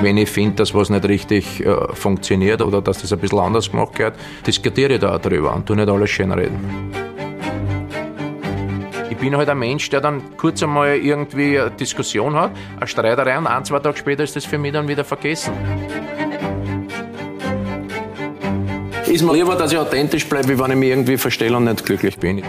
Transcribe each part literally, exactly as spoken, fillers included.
Wenn ich finde, dass was nicht richtig äh, funktioniert oder dass das ein bisschen anders gemacht wird, diskutiere ich da auch drüber und tu nicht alles schön reden. Ich bin halt ein Mensch, der dann kurz einmal irgendwie eine Diskussion hat, eine Streiterei und ein, zwei Tage später ist das für mich dann wieder vergessen. Ist mir lieber, dass ich authentisch bleibe, wie wenn ich mich irgendwie verstelle und nicht glücklich bin.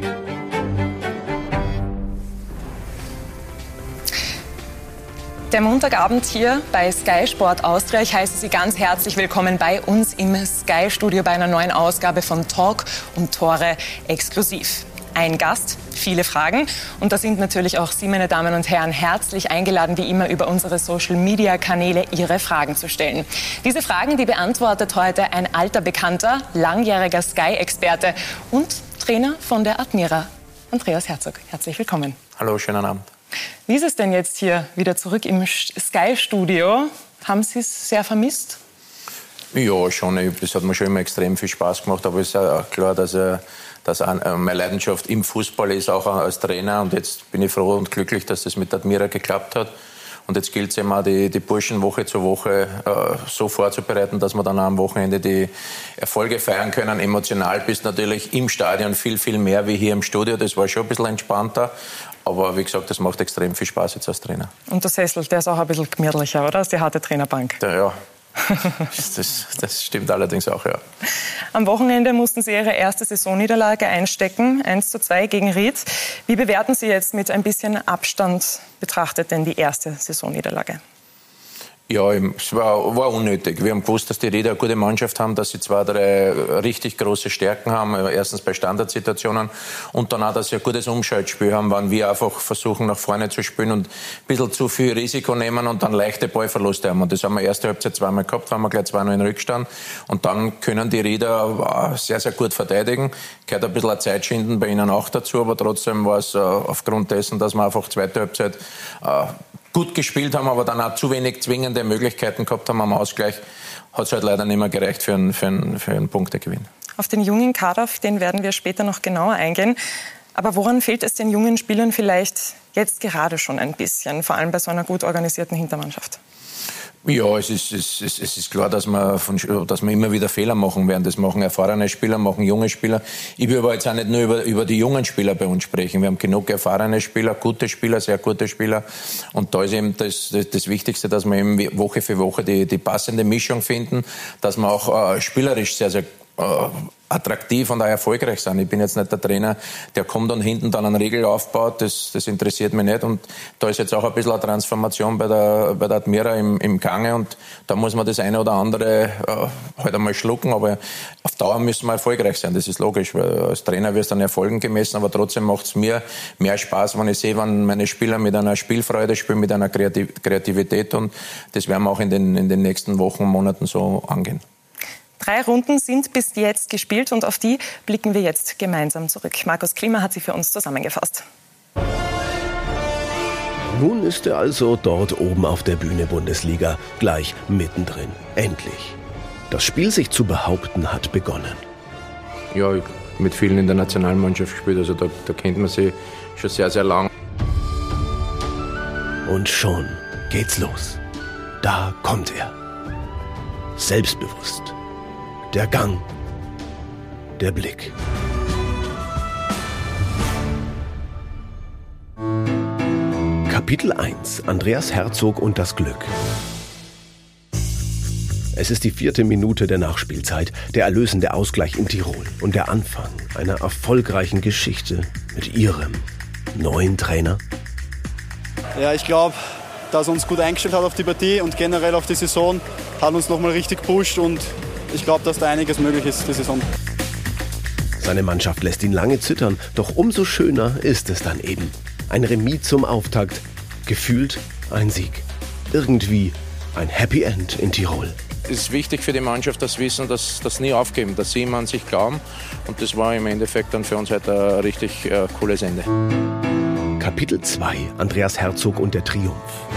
Der Montagabend hier bei Sky Sport Austria. Ich heiße Sie ganz herzlich willkommen bei uns im Sky-Studio bei einer neuen Ausgabe von Talk und Tore exklusiv. Ein Gast, viele Fragen. Und da sind natürlich auch Sie, meine Damen und Herren, herzlich eingeladen, wie immer über unsere Social-Media-Kanäle Ihre Fragen zu stellen. Diese Fragen, die beantwortet heute ein alter Bekannter, langjähriger Sky-Experte und Trainer von der Admira, Andreas Herzog. Herzlich willkommen. Hallo, schönen Abend. Wie ist es denn jetzt hier wieder zurück im Sky-Studio? Haben Sie es sehr vermisst? Ja, schon. Es hat mir schon immer extrem viel Spaß gemacht. Aber es ist auch klar, dass, dass meine Leidenschaft im Fußball ist, auch als Trainer. Und jetzt bin ich froh und glücklich, dass das mit Admira geklappt hat. Und jetzt gilt es immer, die, die Burschen Woche zu Woche äh, so vorzubereiten, dass wir dann am Wochenende die Erfolge feiern können. Emotional bist natürlich im Stadion viel, viel mehr wie hier im Studio. Das war schon ein bisschen entspannter. Aber wie gesagt, das macht extrem viel Spaß jetzt als Trainer. Und der Sessel, der ist auch ein bisschen gemütlicher, oder? Als die harte Trainerbank. Ja, ja. das, das stimmt allerdings auch, ja. Am Wochenende mussten Sie Ihre erste Saisonniederlage einstecken, eins zu zwei gegen Ried. Wie bewerten Sie jetzt mit ein bisschen Abstand betrachtet denn die erste Saisonniederlage? Ja, es war, war unnötig. Wir haben gewusst, dass die Rieder eine gute Mannschaft haben, dass sie zwei, drei richtig große Stärken haben. Erstens bei Standardsituationen und dann auch, dass sie ein gutes Umschaltspiel haben, wenn wir einfach versuchen, nach vorne zu spielen und ein bisschen zu viel Risiko nehmen und dann leichte Ballverluste haben. Und das haben wir erste Halbzeit zweimal gehabt, waren wir gleich zwei null in Rückstand. Und dann können die Rieder sehr, sehr gut verteidigen. Gehört ein bisschen ein Zeitschinden bei ihnen auch dazu, aber trotzdem war es aufgrund dessen, dass wir einfach zweite Halbzeit gut gespielt haben, aber dann auch zu wenig zwingende Möglichkeiten gehabt haben am Ausgleich, hat es halt leider nicht mehr gereicht für einen, für einen, für einen Punktegewinn. Auf den jungen Kader, auf den werden wir später noch genauer eingehen. Aber woran fehlt es den jungen Spielern vielleicht jetzt gerade schon ein bisschen, vor allem bei so einer gut organisierten Hintermannschaft? Ja, es ist, es, ist, es ist klar, dass wir, von, dass wir immer wieder Fehler machen werden. Das machen erfahrene Spieler, machen junge Spieler. Ich will aber jetzt auch nicht nur über, über die jungen Spieler bei uns sprechen. Wir haben genug erfahrene Spieler, gute Spieler, sehr gute Spieler. Und da ist eben das, das, das Wichtigste, dass wir eben Woche für Woche die, die passende Mischung finden, dass wir auch äh, spielerisch sehr, sehr äh, attraktiv und auch erfolgreich sind. Ich bin jetzt nicht der Trainer, der kommt und hinten dann eine Regel aufbaut. Das, das interessiert mich nicht. Und da ist jetzt auch ein bisschen eine Transformation bei der, bei der Admira im, im Gange. Und da muss man das eine oder andere äh, halt einmal schlucken. Aber auf Dauer müssen wir erfolgreich sein. Das ist logisch, weil als Trainer wirst du an Erfolgen gemessen. Aber trotzdem macht es mir mehr Spaß, wenn ich sehe, wenn meine Spieler mit einer Spielfreude spielen, mit einer Kreativität. Und das werden wir auch in den, in den nächsten Wochen, Monaten so angehen. Drei Runden sind bis jetzt gespielt und auf die blicken wir jetzt gemeinsam zurück. Markus Klima hat sie für uns zusammengefasst. Nun ist er also dort oben auf der Bühne Bundesliga, gleich mittendrin. Endlich. Das Spiel, sich zu behaupten, hat begonnen. Ja, ich habe mit vielen in der Nationalmannschaft gespielt, also da, da kennt man sie schon sehr, sehr lang. Und schon geht's los. Da kommt er. Selbstbewusst. Der Gang, der Blick. Kapitel eins. Andreas Herzog und das Glück. Es ist die vierte Minute der Nachspielzeit, der erlösende Ausgleich in Tirol und der Anfang einer erfolgreichen Geschichte mit Ihrem neuen Trainer. Ja, ich glaube, dass er uns gut eingestellt hat auf die Partie und generell auf die Saison, hat uns nochmal richtig gepusht und ich glaube, dass da einiges möglich ist, die Saison. Seine Mannschaft lässt ihn lange zittern, doch umso schöner ist es dann eben. Ein Remis zum Auftakt, gefühlt ein Sieg. Irgendwie ein Happy End in Tirol. Es ist wichtig für die Mannschaft, dass sie wissen, dass das nie aufgeben, dass sie immer an sich glauben. Und das war im Endeffekt dann für uns heute ein richtig äh, cooles Ende. Kapitel zwei. Andreas Herzog und der Triumph.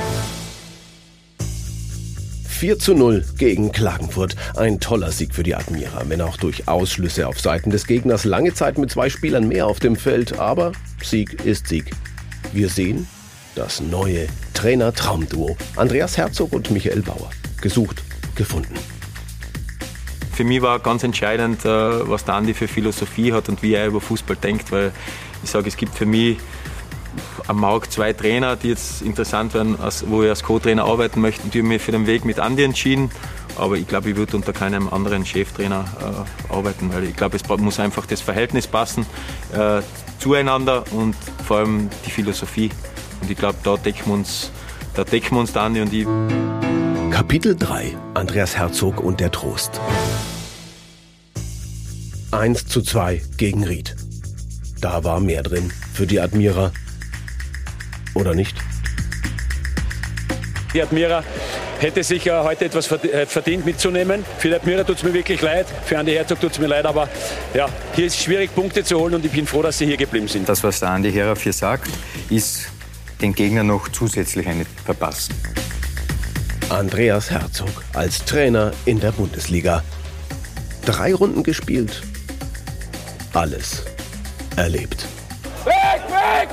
vier zu null gegen Klagenfurt. Ein toller Sieg für die Admira, wenn auch durch Ausschlüsse auf Seiten des Gegners. Lange Zeit mit zwei Spielern mehr auf dem Feld, aber Sieg ist Sieg. Wir sehen, Das neue Trainer-Traumduo. Andreas Herzog und Michael Bauer. Gesucht, gefunden. Für mich war ganz entscheidend, was der Andi für Philosophie hat und wie er über Fußball denkt, weil ich sage, es gibt für mich am Markt zwei Trainer, die jetzt interessant wären, wo ich als Co-Trainer arbeiten möchte. Und ich habe mich für den Weg mit Andi entschieden. Aber ich glaube, ich würde unter keinem anderen Cheftrainer äh, arbeiten, weil ich glaube, es muss einfach das Verhältnis passen äh, zueinander und vor allem die Philosophie. Und ich glaube, da decken wir uns, da decken wir uns der Andi und ich. Kapitel drei. Andreas Herzog und der Trost. eins zu zwei gegen Ried. Da war mehr drin für die Admira. Oder nicht? Die Admira hätte sich ja heute etwas verdient mitzunehmen. Für die Admira tut es mir wirklich leid, für Andi Herzog tut es mir leid, aber ja, hier ist es schwierig, Punkte zu holen und ich bin froh, dass sie hier geblieben sind. Das, was der Andi Herzog hier sagt, ist den Gegner noch zusätzlich eine verpassen. Andreas Herzog als Trainer in der Bundesliga. Drei Runden gespielt. Alles erlebt. Weg, weg!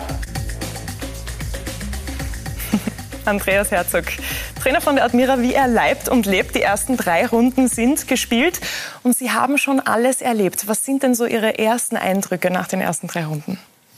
Andreas Herzog, Trainer von der Admira, wie er leibt und lebt. Die ersten drei Runden sind gespielt und Sie haben schon alles erlebt. Was sind denn so Ihre ersten Eindrücke nach den ersten drei Runden?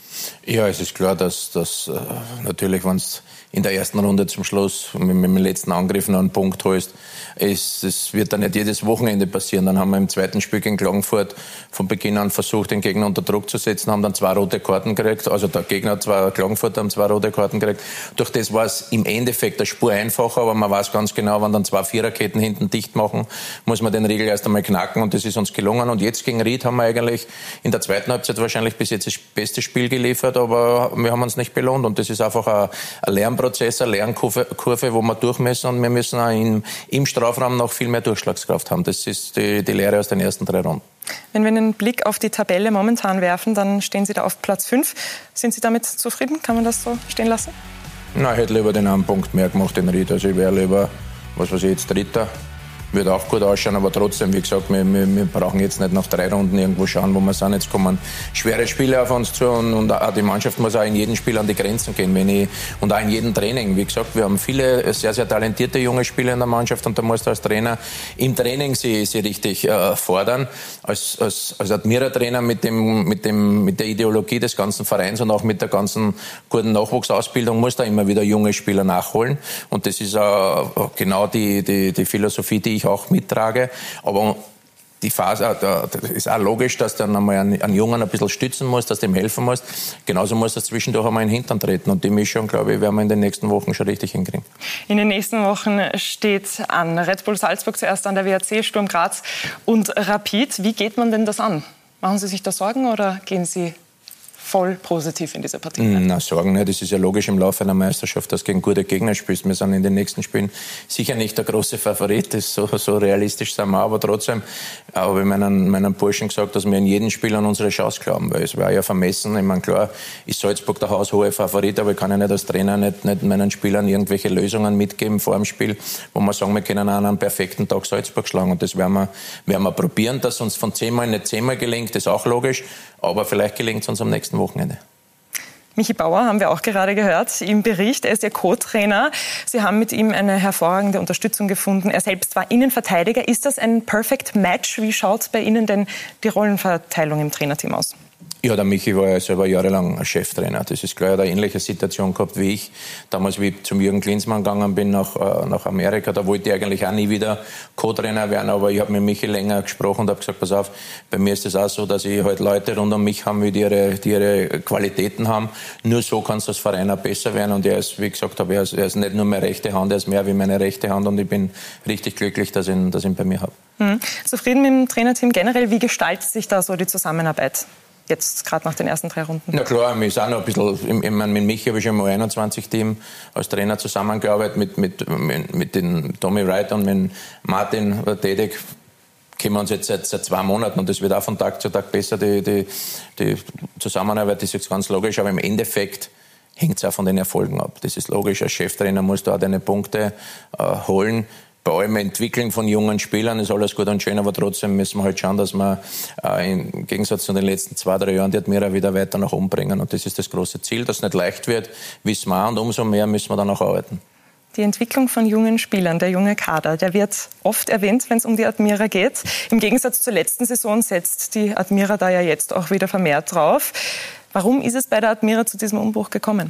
Ja, es ist klar, dass, dass äh, natürlich, wenn es in der ersten Runde zum Schluss mit, mit dem letzten Angriff noch einen Punkt holst, es, es wird dann nicht jedes Wochenende passieren. Dann haben wir im zweiten Spiel gegen Klagenfurt von Beginn an versucht, den Gegner unter Druck zu setzen, haben dann zwei rote Karten gekriegt. Also der Gegner, zwei Klagenfurt haben zwei rote Karten gekriegt. Durch das war es im Endeffekt eine Spur einfacher, aber man weiß ganz genau, wenn dann zwei Viererketten hinten dicht machen, muss man den Riegel erst einmal knacken und das ist uns gelungen. Und jetzt gegen Ried haben wir eigentlich in der zweiten Halbzeit wahrscheinlich bis jetzt das beste Spiel geliefert, aber wir haben uns nicht belohnt und das ist einfach ein, ein Lernprozess, eine Lernkurve, Kurve, wo wir durch müssen und wir müssen auch im, im Strafraum noch viel mehr Durchschlagskraft haben. Das ist die, die Lehre aus den ersten drei Runden. Wenn wir einen Blick auf die Tabelle momentan werfen, dann stehen Sie da auf Platz fünf. Sind Sie damit zufrieden? Kann man das so stehen lassen? Nein, ich hätte lieber den einen Punkt mehr gemacht in Ried. Also ich wäre lieber, was weiß ich, jetzt Dritter. Würde auch gut ausschauen, aber trotzdem, wie gesagt, wir, wir, wir brauchen jetzt nicht nach drei Runden irgendwo schauen, wo wir sind. Jetzt kommen schwere Spiele auf uns zu und, und auch die Mannschaft muss auch in jedem Spiel an die Grenzen gehen. Wenn ich, und auch in jedem Training. Wie gesagt, wir haben viele sehr, sehr talentierte junge Spieler in der Mannschaft und da musst du als Trainer im Training sie, sie richtig äh, fordern. Als, als, als Admira-Trainer mit, dem, mit, dem, mit der Ideologie des ganzen Vereins und auch mit der ganzen guten Nachwuchsausbildung musst du immer wieder junge Spieler nachholen. Und das ist äh, genau die, die, die Philosophie, die ich auch mittrage, aber die Phase, da ist auch logisch, dass du dann einmal einen, einen Jungen ein bisschen stützen musst, dass du ihm helfen musst. Genauso muss das zwischendurch einmal in den Hintern treten und die Mischung, glaube ich, werden wir in den nächsten Wochen schon richtig hinkriegen. In den nächsten Wochen steht an Red Bull Salzburg zuerst an der W R C, Sturm Graz und Rapid. Wie geht man denn das an? Machen Sie sich da Sorgen oder gehen Sie voll positiv in dieser Partie? Na, Sorgen nicht. Es ist ja logisch im Laufe einer Meisterschaft, dass du gegen gute Gegner spielst. Wir sind in den nächsten Spielen sicher nicht der große Favorit. Das ist so, so realistisch sind wir, aber trotzdem habe ich meinen, meinen Burschen gesagt, dass wir in jedem Spiel an unsere Chance glauben, weil es war ja vermessen. Ich meine, klar ist Salzburg der haushohe Favorit, aber ich kann ja nicht als Trainer nicht, nicht meinen Spielern irgendwelche Lösungen mitgeben vor dem Spiel, wo wir sagen, wir können an einem perfekten Tag Salzburg schlagen und das werden wir, werden wir probieren, dass uns von zehnmal nicht zehnmal gelingt, das ist auch logisch, aber vielleicht gelingt es uns am nächsten Wochenende. Michi Bauer haben wir auch gerade gehört im Bericht. Er ist Ihr Co-Trainer. Sie haben mit ihm eine hervorragende Unterstützung gefunden. Er selbst war Innenverteidiger. Ist das ein Perfect Match? Wie schaut bei Ihnen denn die Rollenverteilung im Trainerteam aus? Ja, der Michi war ja selber jahrelang Cheftrainer. Das ist klar, er hat eine ähnliche Situation gehabt wie ich. Damals, wie ich zum Jürgen Klinsmann gegangen bin nach, äh, nach Amerika, da wollte ich eigentlich auch nie wieder Co-Trainer werden, aber ich habe mit Michi länger gesprochen und habe gesagt, pass auf, bei mir ist es auch so, dass ich halt Leute rund um mich habe, die ihre, die ihre Qualitäten haben. Nur so kann es als Verein auch besser werden und er ist, wie gesagt habe, er ist, er ist nicht nur meine rechte Hand, er ist mehr wie meine rechte Hand und ich bin richtig glücklich, dass ich ihn, dass ich ihn bei mir habe. Hm. Zufrieden mit dem Trainerteam generell? Wie gestaltet sich da so die Zusammenarbeit? Jetzt gerade nach den ersten drei Runden? Na klar, wir sind noch ein bisschen, ich meine, mit Michi habe ich schon im U einundzwanzig-Team als Trainer zusammengearbeitet, mit, mit, mit, mit den Tommy Wright und mit Martin Dedek. Kennen wir uns jetzt seit, seit zwei Monaten und das wird auch von Tag zu Tag besser. Die, die, die Zusammenarbeit ist jetzt ganz logisch, aber im Endeffekt hängt es auch von den Erfolgen ab. Das ist logisch, als Cheftrainer musst du auch deine Punkte äh, holen. bei allem Entwickeln von jungen Spielern ist alles gut und schön, aber trotzdem müssen wir halt schauen, dass wir äh, im Gegensatz zu den letzten zwei, drei Jahren die Admira wieder weiter nach oben bringen. Und das ist das große Ziel. Dass es nicht leicht wird, wissen wir auch, und umso mehr müssen wir dann auch arbeiten. Die Entwicklung von jungen Spielern, der junge Kader, der wird oft erwähnt, wenn es um die Admira geht. Im Gegensatz zur letzten Saison setzt die Admira da ja jetzt auch wieder vermehrt drauf. Warum ist es bei der Admira zu diesem Umbruch gekommen?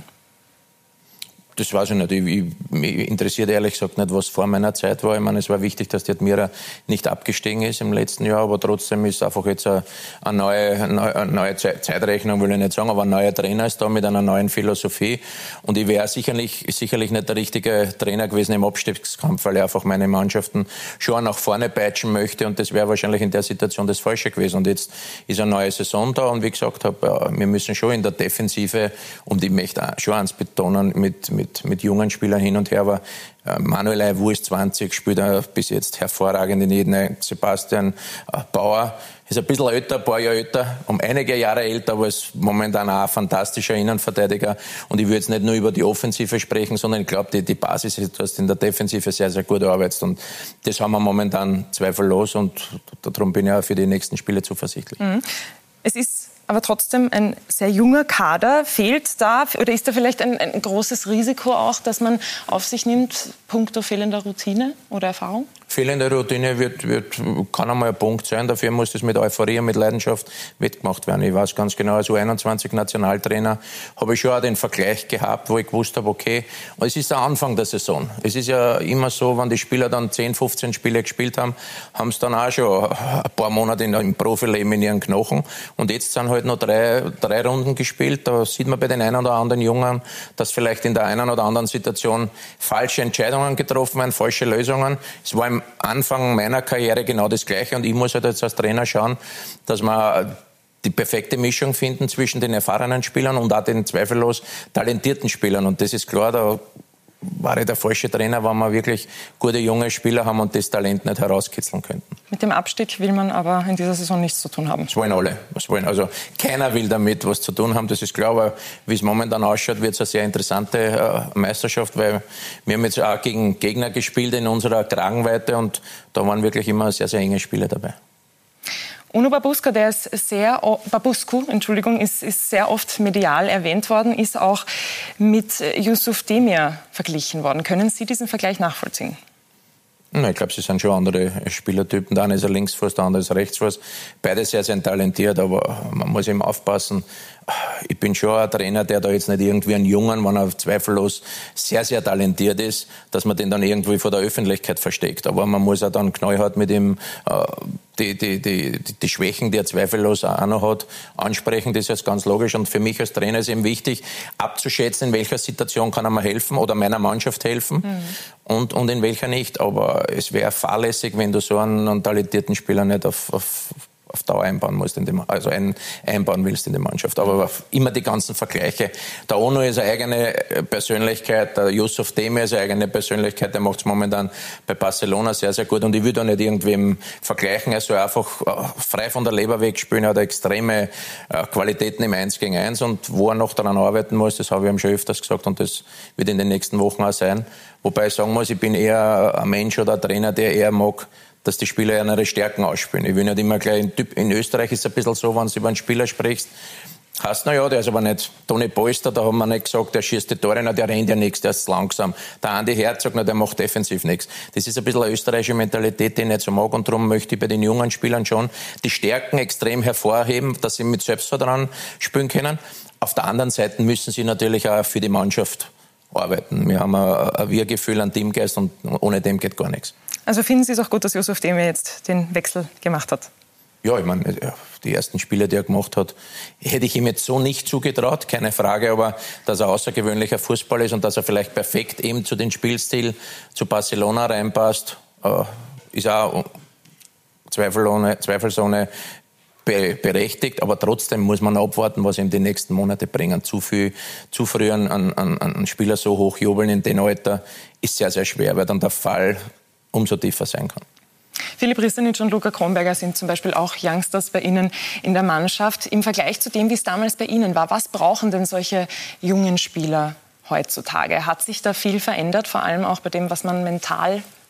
Das weiß ich nicht. Ich, ich, mich interessiert ehrlich gesagt nicht, was vor meiner Zeit war. Ich meine, es war wichtig, dass die Admira nicht abgestiegen ist im letzten Jahr, aber trotzdem ist einfach jetzt eine, eine neue, eine neue Zeitrechnung, will ich nicht sagen, aber ein neuer Trainer ist da mit einer neuen Philosophie. Und ich wäre sicherlich, sicherlich nicht der richtige Trainer gewesen im Abstiegskampf, weil ich einfach meine Mannschaften schon nach vorne peitschen möchte, und das wäre wahrscheinlich in der Situation das Falsche gewesen. Und jetzt ist eine neue Saison da, und wie gesagt habe, ja, wir müssen schon in der Defensive, und ich möchte auch schon eins betonen, mit, mit Mit, mit jungen Spielern hin und her, aber äh, Manuel Aivu ist zwanzig, spielt er bis jetzt hervorragend in jedem. Sebastian äh, Bauer ist ein bisschen älter, ein paar Jahre älter, um einige Jahre älter, aber ist momentan auch ein fantastischer Innenverteidiger. Und ich würde jetzt nicht nur über die Offensive sprechen, sondern ich glaube, die, die Basis ist, dass du in der Defensive sehr, sehr gut arbeitest. Und das haben wir momentan zweifellos, und darum bin ich auch für die nächsten Spiele zuversichtlich. Mhm. Es ist aber trotzdem ein sehr junger Kader. Fehlt da, oder ist da vielleicht ein, ein großes Risiko auch, dass man auf sich nimmt, punkto fehlender Routine oder Erfahrung? Fehlende Routine wird, wird, kann einmal ein Punkt sein. Dafür muss das mit Euphorie und mit Leidenschaft wettgemacht werden. Ich weiß ganz genau, als U einundzwanzig Nationaltrainer habe ich schon auch den Vergleich gehabt, wo ich gewusst habe, okay, es ist der Anfang der Saison. Es ist ja immer so, wenn die Spieler dann zehn, fünfzehn Spiele gespielt haben, haben sie dann auch schon ein paar Monate im Profileben in ihren Knochen. Und jetzt sind halt noch drei, drei Runden gespielt. Da sieht man bei den einen oder anderen Jungen, dass vielleicht in der einen oder anderen Situation falsche Entscheidungen getroffen werden, falsche Lösungen. Es war im Anfang meiner Karriere genau das Gleiche, und ich muss halt jetzt als Trainer schauen, dass wir die perfekte Mischung finden zwischen den erfahrenen Spielern und auch den zweifellos talentierten Spielern. Und das ist klar, da war ich der falsche Trainer, wenn wir wirklich gute junge Spieler haben und das Talent nicht herauskitzeln könnten. Mit dem Abstieg will man aber in dieser Saison nichts zu tun haben. Das wollen alle. Das wollen. Also keiner will damit was zu tun haben, das ist klar. Aber wie es momentan ausschaut, wird es eine sehr interessante äh, Meisterschaft, weil wir haben jetzt auch gegen Gegner gespielt in unserer Kragenweite, und da waren wirklich immer sehr, sehr enge Spiele dabei. Onur Babusku, der ist sehr, Babusku, Entschuldigung, ist, ist sehr oft medial erwähnt worden, ist auch mit Yusuf Demir verglichen worden. Können Sie diesen Vergleich nachvollziehen? Na, ich glaube, sie sind schon andere Spielertypen. Der eine ist ein Linksfuß, der andere ist ein Rechtsfuß. Beide sehr, sehr talentiert, aber man muss eben aufpassen. Ich bin schon ein Trainer, der da jetzt nicht irgendwie einen Jungen, wenn er zweifellos sehr, sehr talentiert ist, dass man den dann irgendwie vor der Öffentlichkeit versteckt. Aber man muss auch dann knallhart mit ihm äh, die, die, die, die Schwächen, die er zweifellos auch noch hat, ansprechen. Das ist jetzt ganz logisch. Und für mich als Trainer ist eben wichtig, abzuschätzen, in welcher Situation kann er mir helfen oder meiner Mannschaft helfen, mhm. und, und in welcher nicht. Aber es wäre fahrlässig, wenn du so einen, einen talentierten Spieler nicht auf, auf auf Dauer einbauen musst, in die, also ein, einbauen willst in die Mannschaft. Aber immer die ganzen Vergleiche. Der Onur ist eine eigene Persönlichkeit, der Yusuf Demir ist eine eigene Persönlichkeit, der macht es momentan bei Barcelona sehr, sehr gut. Und ich will da nicht irgendwem vergleichen. Er soll einfach frei von der Leber weg spielen, er hat extreme Qualitäten im eins gegen eins, und wo er noch daran arbeiten muss, das habe ich ihm schon öfters gesagt, und das wird in den nächsten Wochen auch sein. Wobei ich sagen muss, ich bin eher ein Mensch oder ein Trainer, der eher mag, dass die Spieler ihre Stärken ausspielen. Ich will nicht immer gleich, in Österreich ist es ein bisschen so, wenn du über einen Spieler sprichst, heißt, na ja, der ist aber nicht Toni Polster, da haben wir nicht gesagt, der schießt die Tore, na, der rennt ja nichts, der ist langsam. Der Andi Herzog, na, der macht defensiv nichts. Das ist ein bisschen eine österreichische Mentalität, die ich nicht so mag, und darum möchte ich bei den jungen Spielern schon die Stärken extrem hervorheben, dass sie mit Selbstvertrauen spielen können. Auf der anderen Seite müssen sie natürlich auch für die Mannschaft arbeiten. Wir haben ein Wir-Gefühl, einen Teamgeist, und ohne dem geht gar nichts. Also finden Sie es auch gut, dass Yusuf Demir jetzt den Wechsel gemacht hat? Ja, ich meine, die ersten Spiele, die er gemacht hat, hätte ich ihm jetzt so nicht zugetraut, keine Frage, aber dass er außergewöhnlicher Fußballer ist und dass er vielleicht perfekt eben zu den Spielstil zu Barcelona reinpasst, ist auch zweifelsohne, zweifelsohne berechtigt, aber trotzdem muss man abwarten, was ihm die nächsten Monate bringen. Zu viel, zu früh an, an, an Spieler so hoch jubeln in dem Alter ist sehr, sehr schwer, weil dann der Fall umso tiefer sein kann. Filip Risanic und Luka Kronberger sind zum Beispiel auch Youngsters bei Ihnen in der Mannschaft. Im Vergleich zu dem, wie es damals bei Ihnen war, was brauchen denn solche jungen Spieler heutzutage? Hat sich da viel verändert, vor allem auch bei dem, was man mental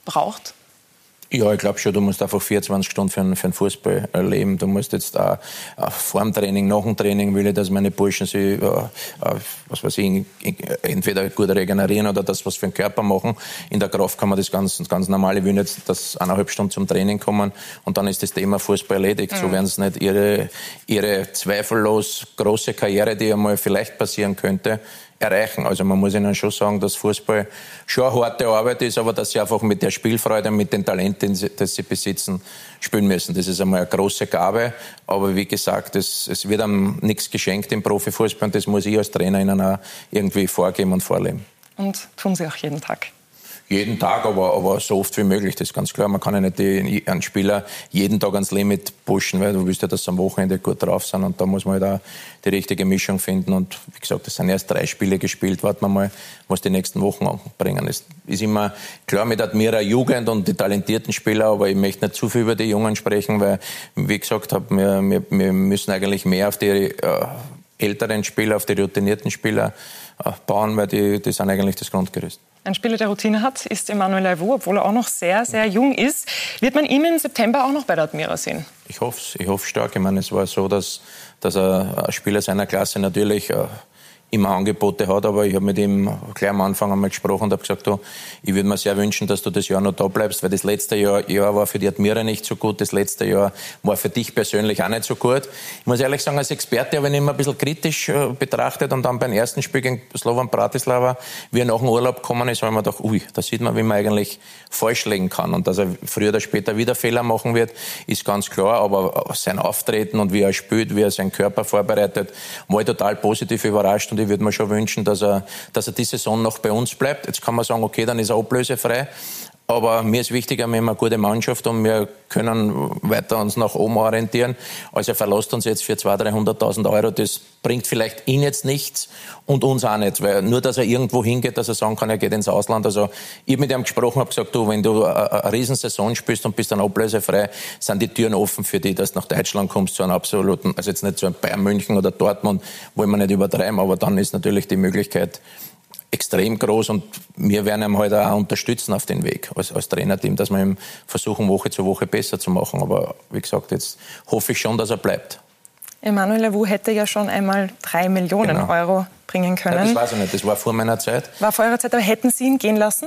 braucht? Ja, ich glaube schon, du musst einfach vierundzwanzig Stunden für einen, für einen Fußball leben. Du musst jetzt auch, auch vor dem Training, nach dem Training will ich, dass meine Burschen sich, äh, äh, was weiß ich, entweder gut regenerieren oder das, was für den Körper machen. In der Kraft kann man das ganz, ganz normal. Ich will nicht, dass eineinhalb Stunden zum Training kommen und dann ist das Thema Fußball erledigt. Mhm. So werden sie nicht ihre, ihre zweifellos große Karriere, die einmal vielleicht passieren könnte, erreichen. Also man muss ihnen schon sagen, dass Fußball schon eine harte Arbeit ist, aber dass sie einfach mit der Spielfreude, mit den Talenten, die sie besitzen, spielen müssen. Das ist einmal eine große Gabe, aber wie gesagt, es, es wird einem nichts geschenkt im Profifußball und das muss ich als Trainer ihnen auch irgendwie vorgeben und vorleben. Und tun Sie auch jeden Tag? Jeden Tag, aber, aber so oft wie möglich, das ist ganz klar. Man kann ja nicht die, einen Spieler jeden Tag ans Limit pushen, weil du willst ja, dass sie am Wochenende gut drauf sind und da muss man halt auch die richtige Mischung finden und wie gesagt, es sind erst drei Spiele gespielt, warten wir mal, was die nächsten Wochen bringen. Es ist immer klar mit Admira Jugend und die talentierten Spieler, aber ich möchte nicht zu viel über die Jungen sprechen, weil, wie gesagt habe, wir, wir, wir müssen eigentlich mehr auf die äh, älteren Spieler, auf die routinierten Spieler äh, bauen, weil die, die sind eigentlich das Grundgerüst. Ein Spieler, der Routine hat, ist Emmanuel Laivu, obwohl er auch noch sehr, sehr jung ist. Wird man ihn im September auch noch bei der Admira sehen? Ich hoffe es. Ich hoffe stark. Ich meine, es war so, dass, dass er, ein Spieler seiner Klasse natürlich äh, immer Angebote hat, aber ich habe mit ihm gleich am Anfang einmal gesprochen und habe gesagt, du, ich würde mir sehr wünschen, dass du das Jahr noch da bleibst, weil das letzte Jahr, Jahr war für die Admira nicht so gut, das letzte Jahr war für dich persönlich auch nicht so gut. Ich muss ehrlich sagen, als Experte habe ich ihn immer ein bisschen kritisch äh, betrachtet und dann beim ersten Spiel gegen Slovan Bratislava, wie er nach dem Urlaub gekommen ist, habe ich mir gedacht, ui, da sieht man, wie man eigentlich falsch legen kann und dass er früher oder später wieder Fehler machen wird, ist ganz klar, aber sein Auftreten und wie er spielt, wie er seinen Körper vorbereitet, war ich total positiv überrascht und ich würde mir schon wünschen, dass er, dass er die Saison noch bei uns bleibt. Jetzt kann man sagen, okay, dann ist er ablösefrei. Aber mir ist wichtiger, wir haben eine gute Mannschaft und wir können weiter uns nach oben orientieren. Also er verlässt uns jetzt für zweihunderttausend, dreihunderttausend Euro. Das bringt vielleicht ihn jetzt nichts und uns auch nicht. Weil nur, dass er irgendwo hingeht, dass er sagen kann, er geht ins Ausland. Also ich habe mit ihm gesprochen, habe gesagt, du, wenn du eine Riesensaison spielst und bist dann ablösefrei, sind die Türen offen für dich, dass du nach Deutschland kommst zu einem absoluten, also jetzt nicht zu einem Bayern München oder Dortmund, wollen wir nicht übertreiben, aber dann ist natürlich die Möglichkeit extrem groß und wir werden ihn halt auch unterstützen auf den Weg als, als Trainerteam, dass wir ihm versuchen, Woche zu Woche besser zu machen. Aber wie gesagt, jetzt hoffe ich schon, dass er bleibt. Emmanuel Laivu hätte ja schon einmal drei Millionen genau. Euro bringen können. Ja, das weiß ich nicht, das war vor meiner Zeit. War vor eurer Zeit, aber hätten Sie ihn gehen lassen?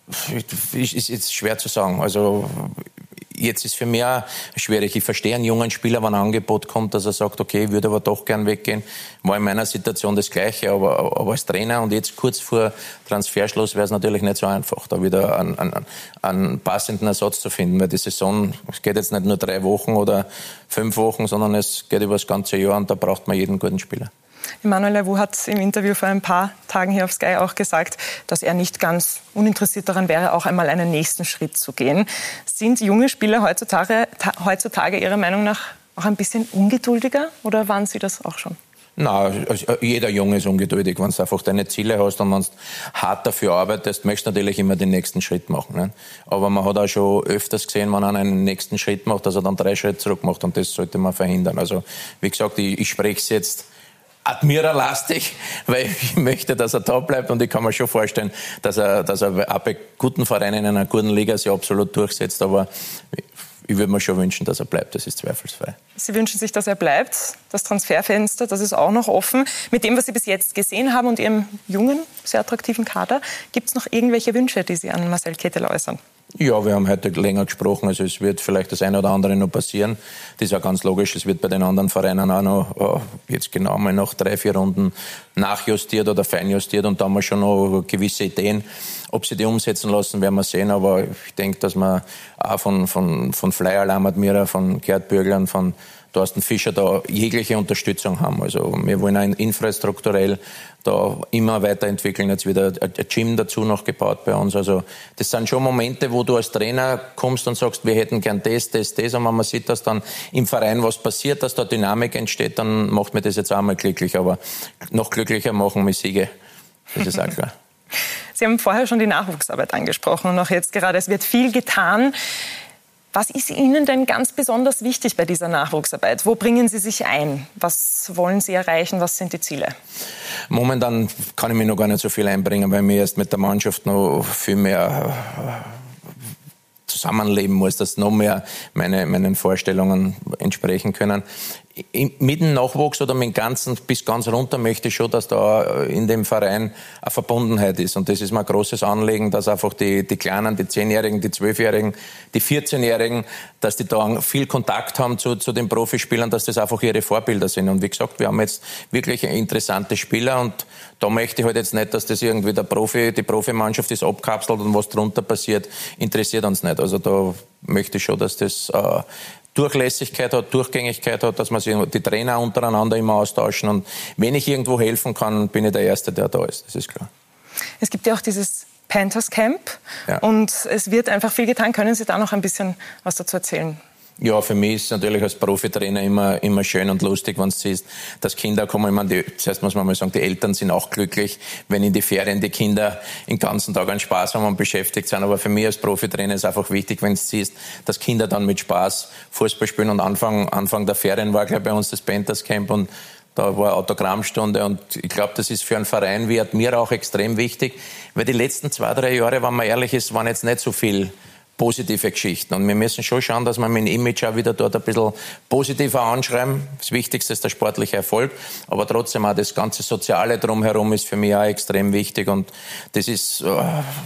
Ist jetzt schwer zu sagen. Also jetzt ist für mich auch schwierig. Ich verstehe einen jungen Spieler, wenn ein Angebot kommt, dass er sagt, okay, ich würde aber doch gern weggehen. War in meiner Situation das Gleiche, aber, aber als Trainer und jetzt kurz vor Transferschluss wäre es natürlich nicht so einfach, da wieder einen, einen, einen passenden Ersatz zu finden, weil die Saison, es geht jetzt nicht nur drei Wochen oder fünf Wochen, sondern es geht über das ganze Jahr und da braucht man jeden guten Spieler. Emmanuel Laivu hat im Interview vor ein paar Tagen hier auf Sky auch gesagt, dass er nicht ganz uninteressiert daran wäre, auch einmal einen nächsten Schritt zu gehen. Sind junge Spieler heutzutage, heutzutage Ihrer Meinung nach auch ein bisschen ungeduldiger oder waren Sie das auch schon? Nein, also jeder Junge ist ungeduldig. Wenn du einfach deine Ziele hast und wenn du hart dafür arbeitest, möchtest du natürlich immer den nächsten Schritt machen. Ne? Aber man hat auch schon öfters gesehen, wenn einer einen nächsten Schritt macht, dass er dann drei Schritte zurück macht und das sollte man verhindern. Also wie gesagt, ich, ich spreche es jetzt Admira-lastig, weil ich möchte, dass er da bleibt und ich kann mir schon vorstellen, dass er, dass er auch bei guten Vereinen in einer guten Liga sich absolut durchsetzt, aber ich würde mir schon wünschen, dass er bleibt, das ist zweifelsfrei. Sie wünschen sich, dass er bleibt. Das Transferfenster, das ist auch noch offen. Mit dem, was Sie bis jetzt gesehen haben und Ihrem jungen, sehr attraktiven Kader, gibt es noch irgendwelche Wünsche, die Sie an Marcel Kittel äußern? Ja, wir haben heute länger gesprochen, also es wird vielleicht das eine oder andere noch passieren. Das ist ja ganz logisch, es wird bei den anderen Vereinen auch noch jetzt genau mal nach drei, vier Runden nachjustiert oder feinjustiert und da haben wir schon noch gewisse Ideen. Ob sie die umsetzen lassen, werden wir sehen, aber ich denke, dass wir auch von, von, von Fly Alarm Admira, von Gerd Bürgler, von Thorsten Fischer da jegliche Unterstützung haben. Also wir wollen auch infrastrukturell da immer weiterentwickeln. Jetzt wieder ein Gym dazu noch gebaut bei uns. Also das sind schon Momente, wo du als Trainer kommst und sagst, wir hätten gern das, das, das. Und wenn man sieht, dass dann im Verein was passiert, dass da Dynamik entsteht, dann macht mir das jetzt auch mal glücklich. Aber noch glücklicher machen wir Siege. Das ist auch klar. Sie haben vorher schon die Nachwuchsarbeit angesprochen und auch jetzt gerade. Es wird viel getan. Was ist Ihnen denn ganz besonders wichtig bei dieser Nachwuchsarbeit? Wo bringen Sie sich ein? Was wollen Sie erreichen? Was sind die Ziele? Momentan kann ich mich noch gar nicht so viel einbringen, weil wir erst mit der Mannschaft noch viel mehr zusammenleben muss, dass noch mehr meine, meinen Vorstellungen entsprechen können. Mit dem Nachwuchs oder mit dem Ganzen bis ganz runter möchte ich schon, dass da in dem Verein eine Verbundenheit ist. Und das ist mir ein großes Anliegen, dass einfach die, die Kleinen, die Zehnjährigen, die Zwölfjährigen, die vierzehnjährigen, dass die da viel Kontakt haben zu, zu den Profispielern, dass das einfach ihre Vorbilder sind. Und wie gesagt, wir haben jetzt wirklich interessante Spieler und da möchte ich halt jetzt nicht, dass das irgendwie der Profi, die Profimannschaft ist abkapselt und was drunter passiert, interessiert uns nicht. Also da möchte ich schon, dass das äh, Durchlässigkeit hat, Durchgängigkeit hat, dass man sich die Trainer untereinander immer austauschen. Und wenn ich irgendwo helfen kann, bin ich der Erste, der da ist. Das ist klar. Es gibt ja auch dieses Panthers Camp ja. und es wird einfach viel getan. Können Sie da noch ein bisschen was dazu erzählen? Ja, für mich ist es natürlich als Profitrainer immer, immer schön und lustig, wenn du siehst, dass Kinder kommen. Ich meine, die, zuerst muss man mal sagen, die Eltern sind auch glücklich, wenn in die Ferien die Kinder den ganzen Tag einen Spaß haben und beschäftigt sind. Aber für mich als Profitrainer ist es einfach wichtig, wenn du siehst, dass Kinder dann mit Spaß Fußball spielen. Und Anfang, Anfang der Ferien war gleich bei uns das Panthers Camp und da war Autogrammstunde und ich glaube, das ist für einen Verein wie Admira auch extrem wichtig, weil die letzten zwei, drei Jahre, wenn man ehrlich ist, waren jetzt nicht so viel positive Geschichten. Und wir müssen schon schauen, dass wir mit dem Image auch wieder dort ein bisschen positiver anschreiben. Das Wichtigste ist der sportliche Erfolg. Aber trotzdem auch das ganze Soziale drumherum ist für mich auch extrem wichtig. Und das ist, äh,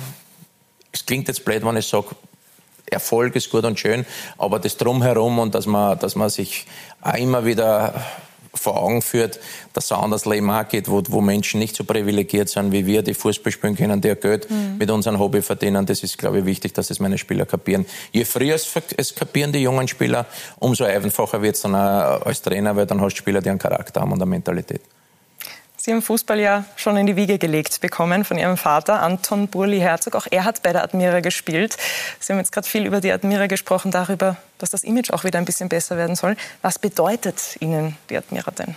es klingt jetzt blöd, wenn ich sage, Erfolg ist gut und schön, aber das drumherum und dass man, dass man sich auch immer wieder vor Augen führt, dass es ein anderes Leben auch geht, wo, wo Menschen nicht so privilegiert sind wie wir, die Fußball spielen können, die Geld mhm. mit unserem Hobby verdienen. Das ist, glaube ich, wichtig, dass das meine Spieler kapieren. Je früher es, es kapieren die jungen Spieler, umso einfacher wird es dann auch als Trainer, weil dann hast du Spieler, die einen Charakter haben und eine Mentalität. Sie haben Fußball ja schon in die Wiege gelegt bekommen von Ihrem Vater, Anton Burli-Herzog. Auch er hat bei der Admira gespielt. Sie haben jetzt gerade viel über die Admira gesprochen, darüber, dass das Image auch wieder ein bisschen besser werden soll. Was bedeutet Ihnen die Admira denn?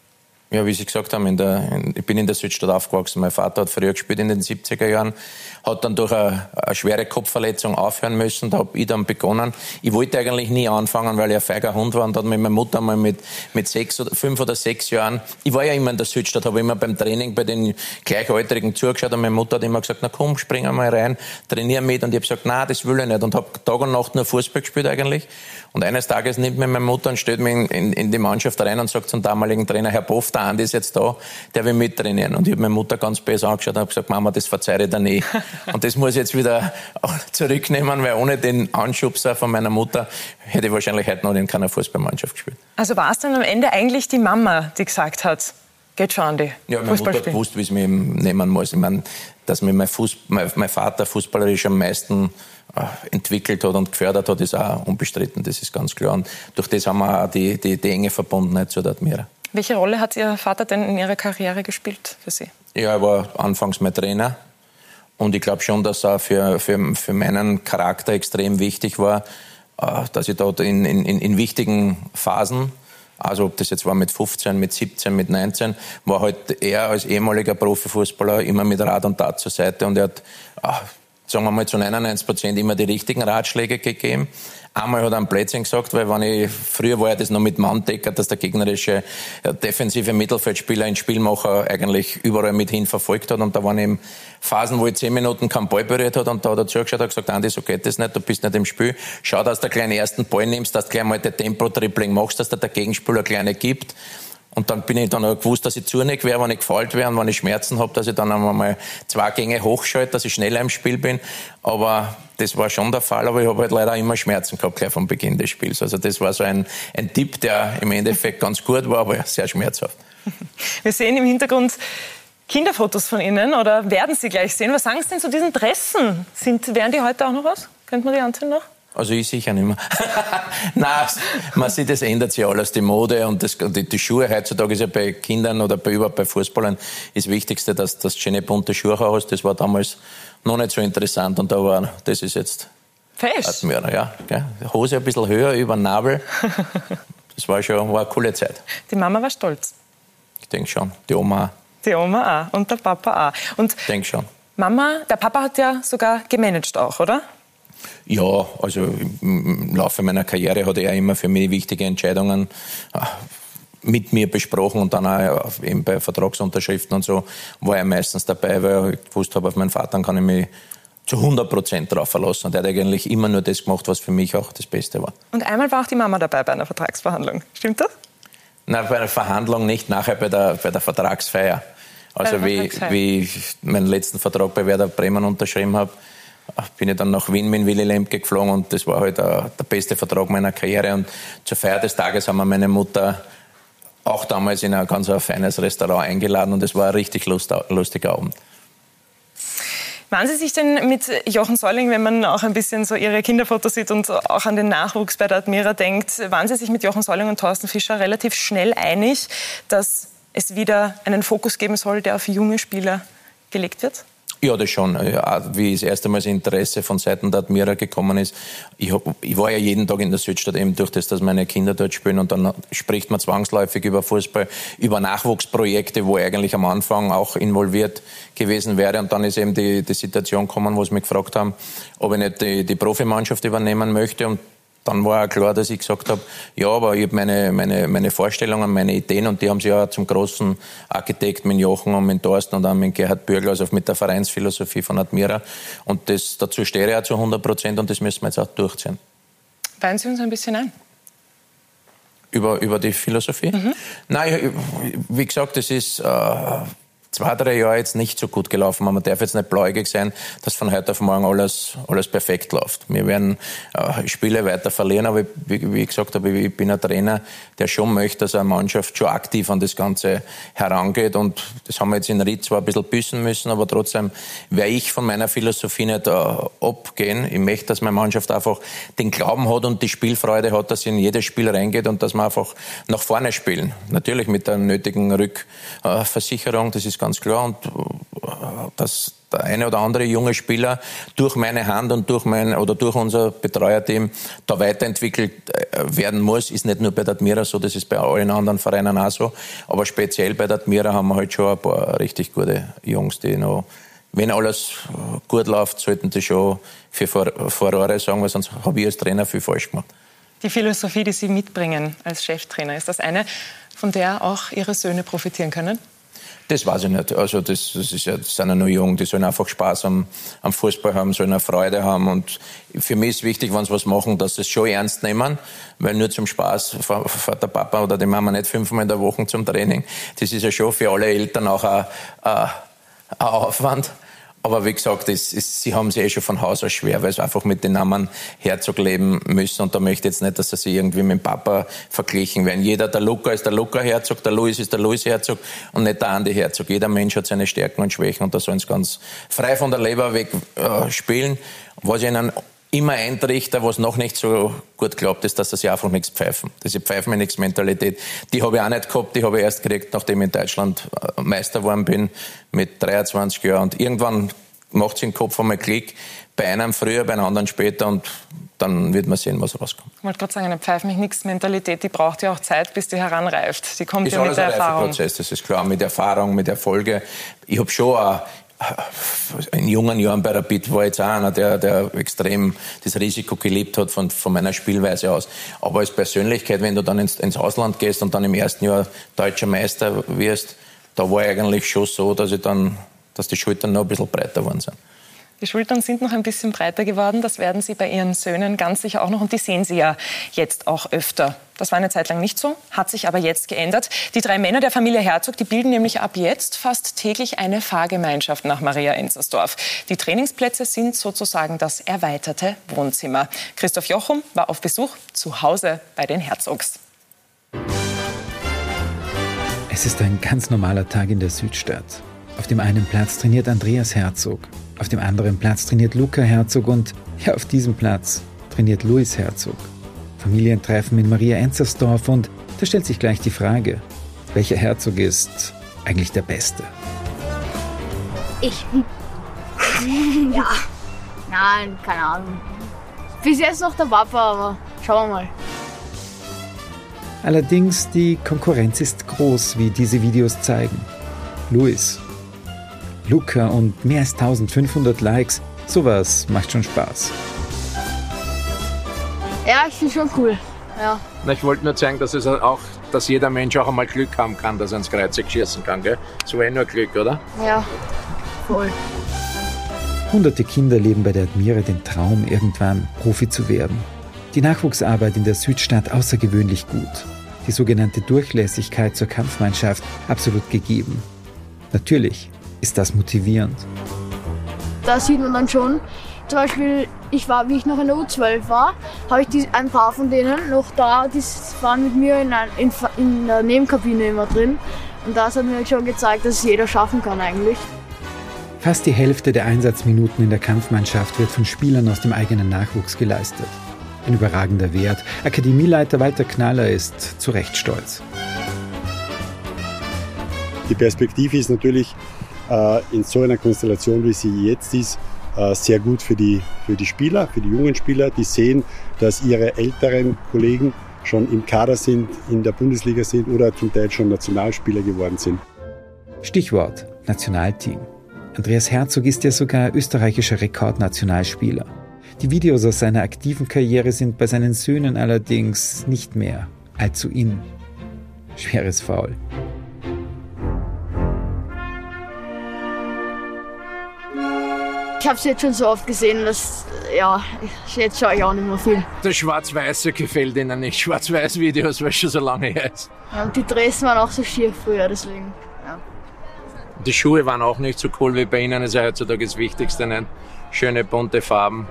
Ja, wie Sie gesagt haben, in der, in, ich bin in der Südstadt aufgewachsen. Mein Vater hat früher gespielt in den siebziger Jahren, hat dann durch eine, eine schwere Kopfverletzung aufhören müssen. Da habe ich dann begonnen. Ich wollte eigentlich nie anfangen, weil ich ein feiger Hund war und hat meine Mutter mal mit, mit sechs oder fünf oder sechs Jahren, ich war ja immer in der Südstadt, habe immer beim Training bei den Gleichaltrigen zugeschaut und meine Mutter hat immer gesagt, na komm, spring einmal rein, trainier mit. Und ich habe gesagt, nein, das will ich nicht und habe Tag und Nacht nur Fußball gespielt eigentlich. Und eines Tages nimmt mir meine Mutter und stellt mich in, in, in die Mannschaft rein und sagt zum damaligen Trainer, Herr Boff, der Andi ist jetzt da, der will mittrainieren. Und ich habe meine Mutter ganz böse angeschaut und habe gesagt, Mama, das verzeihe ich dir nie. Und das muss ich jetzt wieder zurücknehmen, weil ohne den Anschubser von meiner Mutter hätte ich wahrscheinlich heute noch in keiner Fußballmannschaft gespielt. Also war es dann am Ende eigentlich die Mama, die gesagt hat, geht schon, Andi, ja, meine Mutter hat gewusst, wie es mich nehmen muss. Ich meine, dass mich mein, Fuß, mein, mein Vater fußballerisch am meisten entwickelt hat und gefördert hat, ist auch unbestritten, das ist ganz klar. Und durch das haben wir auch die, die, die enge Verbundenheit zu der Admira. Welche Rolle hat Ihr Vater denn in Ihrer Karriere gespielt für Sie? Ja, er war anfangs mein Trainer und ich glaube schon, dass er für, für, für meinen Charakter extrem wichtig war, dass ich dort in, in, in wichtigen Phasen, also ob das jetzt war mit fünfzehn, mit siebzehn, mit neunzehn, war halt er als ehemaliger Profifußballer immer mit Rat und Tat zur Seite und er hat, sagen wir mal, zu neunundneunzig Prozent immer die richtigen Ratschläge gegeben. Einmal hat er ein Blödsinn gesagt, weil wenn ich, früher war ja das noch mit Manndecker, dass der gegnerische defensive Mittelfeldspieler, ein Spielmacher eigentlich überall mit hin verfolgt hat. Und da waren eben Phasen, wo ich zehn Minuten keinen Ball berührt hat und da hat er zugeschaut und gesagt, Andi, so geht das nicht, du bist nicht im Spiel. Schau, dass du gleich den ersten Ball nimmst, dass du gleich mal den Tempo-Dribbling machst, dass dir der Gegenspieler kleine gibt. Und dann bin ich dann auch gewusst, dass ich zornig wäre, wenn ich gefault wäre und wenn ich Schmerzen habe, dass ich dann einmal zwei Gänge hochschalte, dass ich schneller im Spiel bin. Aber das war schon der Fall, aber ich habe halt leider immer Schmerzen gehabt, gleich vom Beginn des Spiels. Also das war so ein, ein Tipp, der im Endeffekt ganz gut war, aber sehr schmerzhaft. Wir sehen im Hintergrund Kinderfotos von Ihnen, oder werden Sie gleich sehen. Was sagen Sie denn zu diesen Dressen? Sind, wären die heute auch noch was? Könnte man die anziehen noch? Also ich sicher nicht mehr. Nein, man sieht, das ändert sich alles. Die Mode und das, die, die Schuhe heutzutage ist ja bei Kindern oder bei, überhaupt bei Fußballern das Wichtigste, dass du schöne bunte Schuhe hast. Das war damals noch nicht so interessant und da war, das ist jetzt Fest. Admira, ja, gell? Hose ein bisschen höher über den Nabel. Das war schon war eine coole Zeit. Die Mama war stolz. Ich denke schon. Die Oma auch. Die Oma auch und der Papa auch. Und ich denke schon. Mama, der Papa hat ja sogar gemanagt auch, oder? Ja, also im Laufe meiner Karriere hat er immer für mich wichtige Entscheidungen mit mir besprochen und dann auch eben bei Vertragsunterschriften und so war er meistens dabei, weil ich gewusst habe, auf meinen Vater kann ich mich zu hundert Prozent darauf verlassen. Und er hat eigentlich immer nur das gemacht, was für mich auch das Beste war. Und einmal war auch die Mama dabei bei einer Vertragsverhandlung. Stimmt das? Nein, bei einer Verhandlung nicht, nachher bei der, bei der Vertragsfeier. Also der wie, wie ich meinen letzten Vertrag bei Werder Bremen unterschrieben habe, bin ich dann nach Wien mit Willy Lemke geflogen und das war halt der, der beste Vertrag meiner Karriere. Und zur Feier des Tages haben wir meine Mutter auch damals in ein ganz ein feines Restaurant eingeladen und es war ein richtig lust, lustiger Abend. Waren Sie sich denn mit Jochen Solling, wenn man auch ein bisschen so Ihre Kinderfotos sieht und auch an den Nachwuchs bei der Admira denkt, waren Sie sich mit Jochen Solling und Thorsten Fischer relativ schnell einig, dass es wieder einen Fokus geben soll, der auf junge Spieler gelegt wird? Ja, das schon. Ja, wie das erste Mal das Interesse von Seiten der Admira gekommen ist. Ich, hab, ich war ja jeden Tag in der Südstadt, eben durch das, dass meine Kinder dort spielen. Und dann spricht man zwangsläufig über Fußball, über Nachwuchsprojekte, wo ich eigentlich am Anfang auch involviert gewesen wäre. Und dann ist eben die, die Situation gekommen, wo sie mich gefragt haben, ob ich nicht die, die Profimannschaft übernehmen möchte. Und dann war auch klar, dass ich gesagt habe, ja, aber ich habe meine, meine, meine Vorstellungen, meine Ideen und die haben sie ja zum großen Architekt mit Jochen und mit Thorsten und auch mit Gerhard Bürgl, also mit der Vereinsphilosophie von Admira. Und das, dazu stehe ich auch zu hundert Prozent und das müssen wir jetzt auch durchziehen. Weihen Sie uns ein bisschen ein. Über, über die Philosophie? Mhm. Nein, wie gesagt, das ist äh, zwei, drei Jahre jetzt nicht so gut gelaufen. Man darf jetzt nicht blauäugig sein, dass von heute auf morgen alles, alles perfekt läuft. Wir werden äh, Spiele weiter verlieren, aber wie, wie ich gesagt habe, ich bin ein Trainer, der schon möchte, dass eine Mannschaft schon aktiv an das Ganze herangeht. Und das haben wir jetzt in Ried zwar ein bisschen büßen müssen, aber trotzdem werde ich von meiner Philosophie nicht äh, abgehen. Ich möchte, dass meine Mannschaft einfach den Glauben hat und die Spielfreude hat, dass sie in jedes Spiel reingeht und dass wir einfach nach vorne spielen. Natürlich mit der nötigen Rückversicherung, das ist ganz klar. Und dass der eine oder andere junge Spieler durch meine Hand und durch mein oder durch unser Betreuerteam da weiterentwickelt werden muss, ist nicht nur bei der Admira so, das ist bei allen anderen Vereinen auch so. Aber speziell bei der Admira haben wir halt schon ein paar richtig gute Jungs, die noch, wenn alles gut läuft, sollten die schon für Furore sagen, weil sonst habe ich als Trainer viel falsch gemacht. Die Philosophie, die Sie mitbringen als Cheftrainer, ist das eine, von der auch Ihre Söhne profitieren können? Das weiß ich nicht. Also das, das, ist ja, das sind ja nur jung, die sollen einfach Spaß am, am Fußball haben, sollen eine Freude haben. Und für mich ist wichtig, wenn sie was machen, dass sie es schon ernst nehmen, weil nur zum Spaß fährt der Papa oder die Mama nicht fünfmal in der Woche zum Training. Das ist ja schon für alle Eltern auch ein, ein, ein Aufwand. Aber wie gesagt, es ist, sie haben es eh schon von Haus aus schwer, weil sie einfach mit den Namen Herzog leben müssen. Und da möchte ich jetzt nicht, dass sie sich irgendwie mit dem Papa verglichen werden. Jeder, der Luca ist der Luca Herzog, der Luis ist der Luis Herzog und nicht der Andi Herzog. Jeder Mensch hat seine Stärken und Schwächen und da sollen sie ganz frei von der Leber weg äh, spielen. Was ich ihnen immer eintrichter, was noch nicht so gut klappt, ist, dass sie einfach nichts pfeifen. Diese pfeifen nichts Mentalität. Die habe ich auch nicht gehabt, die habe ich erst gekriegt, nachdem ich in Deutschland Meister geworden bin, mit dreiundzwanzig Jahren. Und irgendwann macht es im Kopf einmal Klick, bei einem früher, bei einem anderen später und dann wird man sehen, was rauskommt. Ich wollte gerade sagen, eine pfeifen mich nichts Mentalität, die braucht ja auch Zeit, bis die heranreift. Die kommt ist ja mit der Erfahrung. Ist alles ein Reifeprozess, das ist klar, mit Erfahrung, mit Erfolge. Ich habe schon auch in jungen Jahren bei Rapid war jetzt auch einer, der, der extrem das Risiko gelebt hat von, von meiner Spielweise aus. Aber als Persönlichkeit, wenn du dann ins, ins Ausland gehst und dann im ersten Jahr deutscher Meister wirst, da war eigentlich schon so, dass ich dann, dass die Schultern noch ein bisschen breiter geworden sind. Die Schultern sind noch ein bisschen breiter geworden. Das werden Sie bei Ihren Söhnen ganz sicher auch noch. Und die sehen Sie ja jetzt auch öfter. Das war eine Zeit lang nicht so, hat sich aber jetzt geändert. Die drei Männer der Familie Herzog, die bilden nämlich ab jetzt fast täglich eine Fahrgemeinschaft nach Maria Enzersdorf. Die Trainingsplätze sind sozusagen das erweiterte Wohnzimmer. Christoph Jochum war auf Besuch zu Hause bei den Herzogs. Es ist ein ganz normaler Tag in der Südstadt. Auf dem einen Platz trainiert Andreas Herzog. Auf dem anderen Platz trainiert Luca Herzog und ja, auf diesem Platz trainiert Luis Herzog. Familientreffen in Maria Enzersdorf und da stellt sich gleich die Frage, welcher Herzog ist eigentlich der Beste? Ich. Ja. Nein, keine Ahnung. Bis jetzt noch der Papa, aber schauen wir mal. Allerdings, die Konkurrenz ist groß, wie diese Videos zeigen. Luis, Luca und mehr als eintausendfünfhundert Likes, sowas macht schon Spaß. Ja, ich finde schon cool. Ja. Na, ich wollte nur zeigen, dass es auch, dass jeder Mensch auch einmal Glück haben kann, dass er ins Kreuzeck schießen kann, gell? So wäre nur Glück, oder? Ja, voll. Hunderte Kinder leben bei der Admira den Traum, irgendwann Profi zu werden. Die Nachwuchsarbeit in der Südstadt außergewöhnlich gut. Die sogenannte Durchlässigkeit zur Kampfmannschaft absolut gegeben. Natürlich ist das motivierend. Da sieht man dann schon, zum Beispiel, ich war, wie ich noch in der U zwölf war, habe ich die, ein paar von denen noch da, die waren mit mir in, ein, in, in der Nebenkabine immer drin. Und das hat mir schon gezeigt, dass es jeder schaffen kann eigentlich. Fast die Hälfte der Einsatzminuten in der Kampfmannschaft wird von Spielern aus dem eigenen Nachwuchs geleistet. Ein überragender Wert. Akademieleiter Walter Knaller ist zu Recht stolz. Die Perspektive ist natürlich äh, in so einer Konstellation, wie sie jetzt ist, äh, sehr gut für die, für die Spieler, für die jungen Spieler, die sehen, dass ihre älteren Kollegen schon im Kader sind, in der Bundesliga sind oder zum Teil schon Nationalspieler geworden sind. Stichwort Nationalteam. Andreas Herzog ist ja sogar österreichischer Rekordnationalspieler. Die Videos aus seiner aktiven Karriere sind bei seinen Söhnen allerdings nicht mehr allzu in. Schweres Foul. Ich habe es jetzt schon so oft gesehen, dass, ja, jetzt schaue ich auch nicht mehr viel. Das Schwarz-Weiße gefällt Ihnen nicht. Schwarz-Weiß-Videos, weil es schon so lange her ist. Ja, und die Dresden waren auch so schier früher, deswegen, ja. Die Schuhe waren auch nicht so cool wie bei Ihnen. Das ist ja heutzutage das Wichtigste, nicht? Schöne, bunte Farben.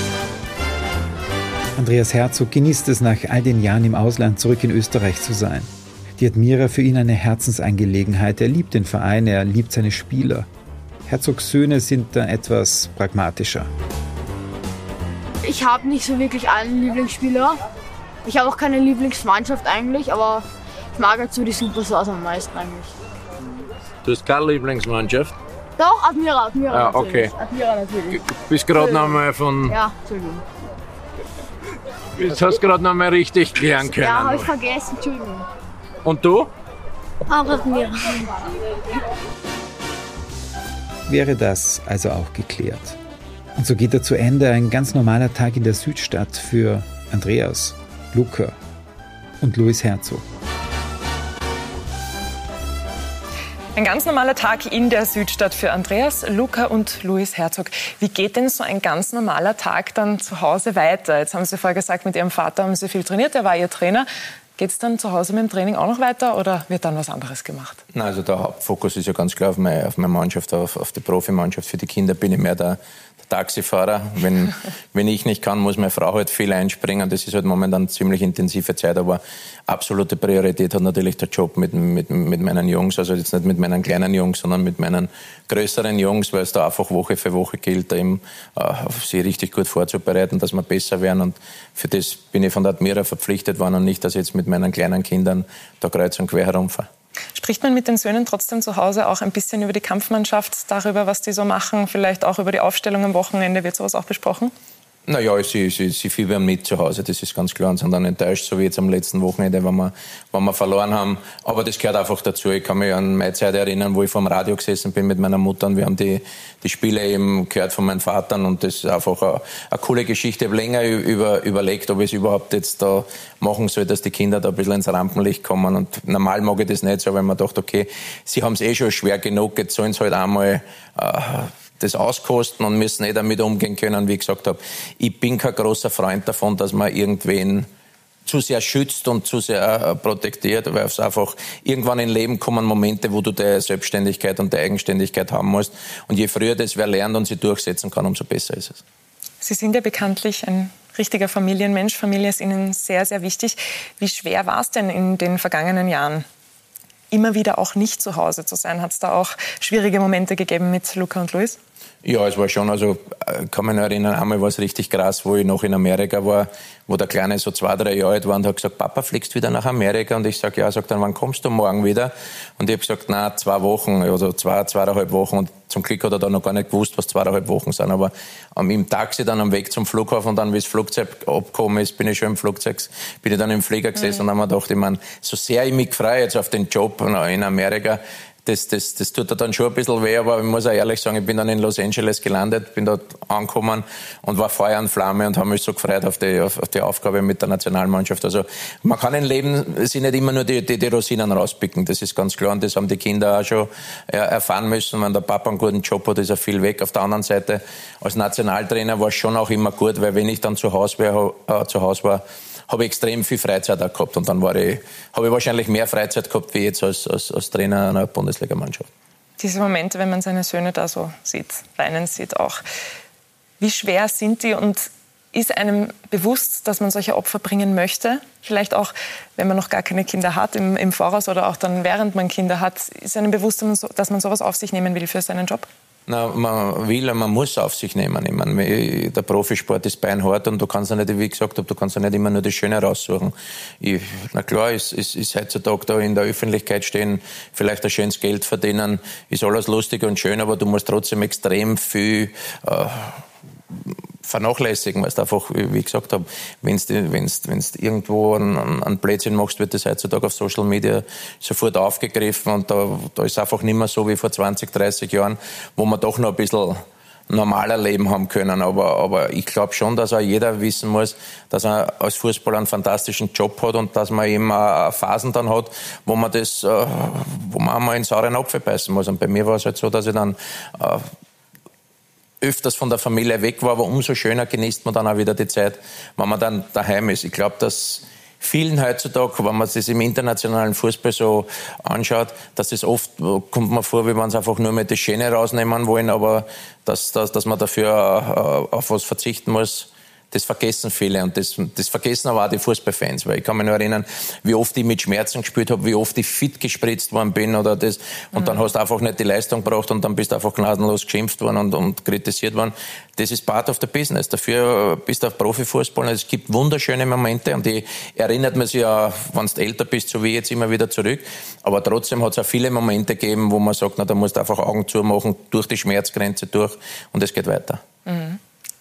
Andreas Herzog genießt es, nach all den Jahren im Ausland zurück in Österreich zu sein. Die Admira für ihn eine Herzensangelegenheit. Er liebt den Verein, er liebt seine Spieler. Herzogs Söhne sind da etwas pragmatischer. Ich habe nicht so wirklich einen Lieblingsspieler. Ich habe auch keine Lieblingsmannschaft eigentlich, aber ich mag halt so die Superstars am meisten eigentlich. Du hast keine Lieblingsmannschaft? Doch, Admira, Admira ah, natürlich. Okay. Admira natürlich. Du bist gerade noch mal von... Ja, Entschuldigung. Jetzt hast du gerade noch mal richtig klären können. Ja, habe ich vergessen, Entschuldigung. Und du? Auch Admira. Wäre das also auch geklärt. Und so geht er zu Ende, ein ganz normaler Tag in der Südstadt für Andreas, Luca und Luis Herzog. Ein ganz normaler Tag in der Südstadt für Andreas, Luca und Luis Herzog. Wie geht denn so ein ganz normaler Tag dann zu Hause weiter? Jetzt haben Sie vorher gesagt, mit Ihrem Vater haben Sie viel trainiert, er war Ihr Trainer. Geht es dann zu Hause mit dem Training auch noch weiter oder wird dann was anderes gemacht? Nein, also der Hauptfokus ist ja ganz klar auf meine, auf meine Mannschaft, auf, auf die Profimannschaft. Für die Kinder bin ich mehr der, der Taxifahrer. Wenn, wenn ich nicht kann, muss meine Frau halt viel einspringen. Das ist halt momentan eine ziemlich intensive Zeit, aber absolute Priorität hat natürlich der Job mit, mit, mit meinen Jungs. Also jetzt nicht mit meinen kleinen Jungs, sondern mit meinen größeren Jungs, weil es da einfach Woche für Woche gilt, da eben äh, sie richtig gut vorzubereiten, dass wir besser werden. Und für das bin ich von der Admira verpflichtet worden und nicht, dass ich jetzt mit meinen kleinen Kindern da kreuz und quer herumfahre. Spricht man mit den Söhnen trotzdem zu Hause auch ein bisschen über die Kampfmannschaft, darüber, was die so machen, vielleicht auch über die Aufstellung am Wochenende? Wird sowas auch besprochen? Naja, sie, sie, sie fiebern mit zu Hause, das ist ganz klar, und sind dann enttäuscht, so wie jetzt am letzten Wochenende, wenn wir, wenn wir verloren haben. Aber das gehört einfach dazu. Ich kann mich an meine Zeit erinnern, wo ich vor dem Radio gesessen bin mit meiner Mutter und wir haben die, die Spiele eben gehört von meinen Vatern und das ist einfach eine, eine coole Geschichte. Ich habe länger über, überlegt, ob ich es überhaupt jetzt da machen soll, dass die Kinder da ein bisschen ins Rampenlicht kommen, und normal mag ich das nicht so, weil man dachte, okay, sie haben es eh schon schwer genug, jetzt sollen sie halt einmal äh, das auskosten und müssen nicht damit umgehen können, wie ich gesagt habe. Ich bin kein großer Freund davon, dass man irgendwen zu sehr schützt und zu sehr äh, protektiert, weil es einfach irgendwann im Leben kommen Momente, wo du deine Selbstständigkeit und deine Eigenständigkeit haben musst. Und je früher das wer lernt und sie durchsetzen kann, umso besser ist es. Sie sind ja bekanntlich ein richtiger Familienmensch. Familie ist Ihnen sehr, sehr wichtig. Wie schwer war es denn in den vergangenen Jahren, immer wieder auch nicht zu Hause zu sein? Hat es da auch schwierige Momente gegeben mit Luca und Luis? Ja, es war schon, also kann mich noch erinnern, einmal war es richtig krass, wo ich noch in Amerika war, wo der Kleine so zwei, drei Jahre alt war und hat gesagt, Papa, fliegst wieder nach Amerika? Und ich sage, ja, er sagt dann, wann kommst du morgen wieder? Und ich habe gesagt, na, zwei Wochen, also zwei, zweieinhalb Wochen. Und zum Glück hat er da noch gar nicht gewusst, was zweieinhalb Wochen sind. Aber im Taxi dann am Weg zum Flughafen und dann, wie das Flugzeug abgekommen ist, bin ich schon im Flugzeug, bin ich dann im Flieger gesessen mhm. und habe mir gedacht, ich meine, so sehr ich mich freue jetzt auf den Job in Amerika, das, das, das tut dann schon ein bisschen weh, aber ich muss auch ehrlich sagen, ich bin dann in Los Angeles gelandet, bin dort angekommen und war Feuer und Flamme und habe mich so gefreut auf die, auf, auf die Aufgabe mit der Nationalmannschaft. Also man kann im Leben sich nicht immer nur die, die, die Rosinen rauspicken, das ist ganz klar und das haben die Kinder auch schon erfahren müssen. Wenn der Papa einen guten Job hat, ist er viel weg. Auf der anderen Seite, als Nationaltrainer war es schon auch immer gut, weil wenn ich dann zu Hause war, äh, zu Hause war, habe ich extrem viel Freizeit auch gehabt und dann war ich, habe ich wahrscheinlich mehr Freizeit gehabt wie jetzt als, als, als Trainer einer Bundesligamannschaft. Diese Momente, wenn man seine Söhne da so sieht, weinen sieht auch. Wie schwer sind die und ist einem bewusst, dass man solche Opfer bringen möchte? Vielleicht auch, wenn man noch gar keine Kinder hat, im, im Voraus oder auch dann, während man Kinder hat. Ist einem bewusst, dass man sowas auf sich nehmen will für seinen Job? Na, man will, man muss auf sich nehmen. Ich meine, der Profisport ist beinhart und du kannst ja nicht, wie ich gesagt habe, du kannst ja nicht immer nur das Schöne raussuchen. Ich, na klar, es ist, ist heutzutage da in der Öffentlichkeit stehen, vielleicht ein schönes Geld verdienen, ist alles lustig und schön, aber du musst trotzdem extrem viel äh, vernachlässigen, weil du einfach, wie ich gesagt habe, wenn du wenn's, wenn's irgendwo einen, einen Blödsinn machst, wird das heutzutage auf Social Media sofort aufgegriffen und da, da ist es einfach nicht mehr so wie vor zwanzig, dreißig Jahren, wo wir doch noch ein bisschen normaler Leben haben können. Aber, aber ich glaube schon, dass auch jeder wissen muss, dass er als Fußballer einen fantastischen Job hat und dass man eben auch Phasen dann hat, wo man das, wo man einmal in sauren Apfel beißen muss. Und bei mir war es halt so, dass ich dann öfters von der Familie weg war, aber umso schöner genießt man dann auch wieder die Zeit, wenn man dann daheim ist. Ich glaube, dass vielen heutzutage, wenn man das im internationalen Fußball so anschaut, dass das oft, kommt man vor, wie man es einfach nur mit das Schöne rausnehmen wollen, aber dass, dass, dass man dafür auf was verzichten muss, das vergessen viele und das, das vergessen aber auch die Fußballfans, weil ich kann mich nur erinnern, wie oft ich mit Schmerzen gespielt habe, wie oft ich fit gespritzt worden bin oder das und mhm. dann hast du einfach nicht die Leistung gebracht und dann bist du einfach gnadenlos geschimpft worden und, und kritisiert worden. Das ist part of the business. Dafür bist du auf Profifußball und es gibt wunderschöne Momente und die erinnert man sich ja, wenn du älter bist, so wie jetzt, immer wieder zurück. Aber trotzdem hat es auch viele Momente gegeben, wo man sagt, na, da musst du einfach Augen zumachen, durch die Schmerzgrenze durch und es geht weiter. Mhm.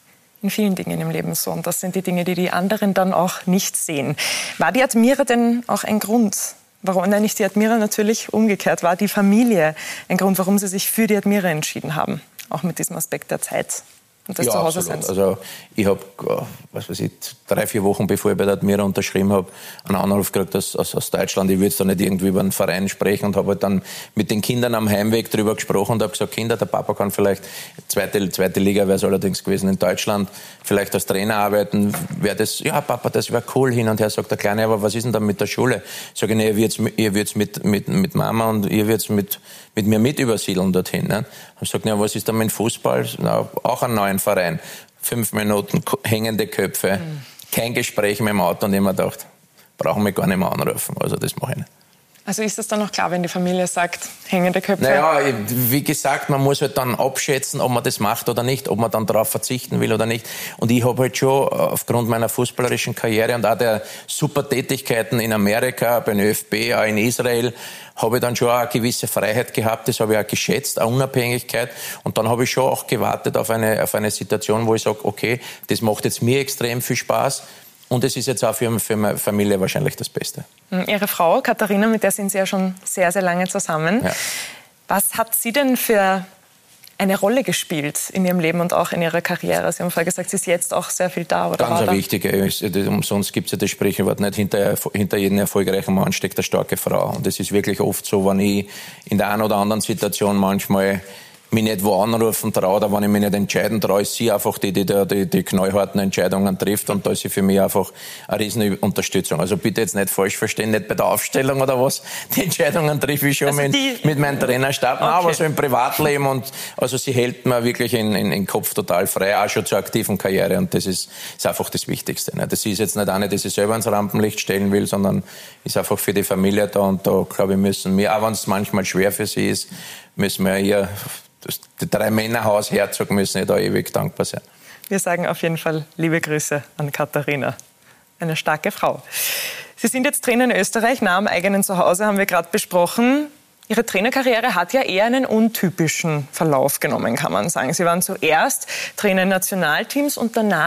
In vielen Dingen im Leben so. Und das sind die Dinge, die die anderen dann auch nicht sehen. War die Admira denn auch ein Grund? Warum? Nein, nicht die Admira, natürlich umgekehrt. War die Familie ein Grund, warum Sie sich für die Admira entschieden haben? Auch mit diesem Aspekt der Zeit und des ja, Zuhause-Seins. Also ich habe, was weiß ich, drei, vier Wochen bevor ich bei der Admira unterschrieben habe, einen Anruf gekriegt aus, aus, aus Deutschland. Ich würde jetzt da nicht irgendwie über einen Verein sprechen und habe halt dann mit den Kindern am Heimweg darüber gesprochen und habe gesagt, Kinder, der Papa kann vielleicht, zweite, zweite Liga wäre es allerdings gewesen in Deutschland, vielleicht als Trainer arbeiten. Wäre das, ja Papa, das wäre cool. Hin und her sagt der Kleine, aber was ist denn dann mit der Schule? Sage ich, nee, ihr wird's, ihr wird's mit, mit, mit Mama und ihr wird's mit, mit mir mit übersiedeln dorthin. Ne? Ich sage, ja, was ist dann mit Fußball? Na, auch einen neuen Verein. Fünf Minuten hängende Köpfe, mhm. kein Gespräch mehr im Auto und ich mir gedacht, brauchen wir gar nicht mehr anrufen. Also das mache ich nicht. Also ist das dann noch klar, wenn die Familie sagt, hängende Köpfe? Naja, wie gesagt, man muss halt dann abschätzen, ob man das macht oder nicht, ob man dann darauf verzichten will oder nicht. Und ich habe halt schon aufgrund meiner fußballerischen Karriere und auch der super Tätigkeiten in Amerika, beim Ö F B, auch in Israel, habe ich dann schon auch eine gewisse Freiheit gehabt, das habe ich auch geschätzt, auch Unabhängigkeit. Und dann habe ich schon auch gewartet auf eine, auf eine Situation, wo ich sage, okay, das macht jetzt mir extrem viel Spaß. Und es ist jetzt auch für, für meine Familie wahrscheinlich das Beste. Ihre Frau, Katharina, mit der sind Sie ja schon sehr, sehr lange zusammen. Ja. Was hat sie denn für eine Rolle gespielt in Ihrem Leben und auch in Ihrer Karriere? Sie haben vorher gesagt, sie ist jetzt auch sehr viel da. Oder Ganz eine wichtige. Umsonst gibt es ja das Sprichwort nicht, hinter, hinter jedem erfolgreichen Mann steckt eine starke Frau. Und es ist wirklich oft so, wenn ich in der einen oder anderen Situation manchmal mich nicht wo anrufen traue oder wenn ich mich nicht entscheiden traue, ist sie einfach die, die die, die knallharten Entscheidungen trifft und da ist sie für mich einfach eine riesen Unterstützung. Also bitte jetzt nicht falsch verstehen, nicht bei der Aufstellung oder was, die Entscheidungen treffe ich schon also mit, mit meinem Trainerstab, okay. aber so im Privatleben und also sie hält mir wirklich in, in, in den Kopf total frei, auch schon zur aktiven Karriere und das ist, ist einfach das Wichtigste. Ne? Das ist jetzt nicht eine, die sich selber ins Rampenlicht stellen will, sondern ist einfach für die Familie da und da, glaube ich, müssen wir, auch wenn es manchmal schwer für sie ist, müssen wir hier Das, die drei Männerhaus Herzog müssen ja da ewig dankbar sein. Wir sagen auf jeden Fall liebe Grüße an Katharina. Eine starke Frau. Sie sind jetzt Trainer in Österreich, nah am eigenen Zuhause, haben wir gerade besprochen. Ihre Trainerkarriere hat ja eher einen untypischen Verlauf genommen, kann man sagen. Sie waren zuerst Trainer in Nationalteams und danach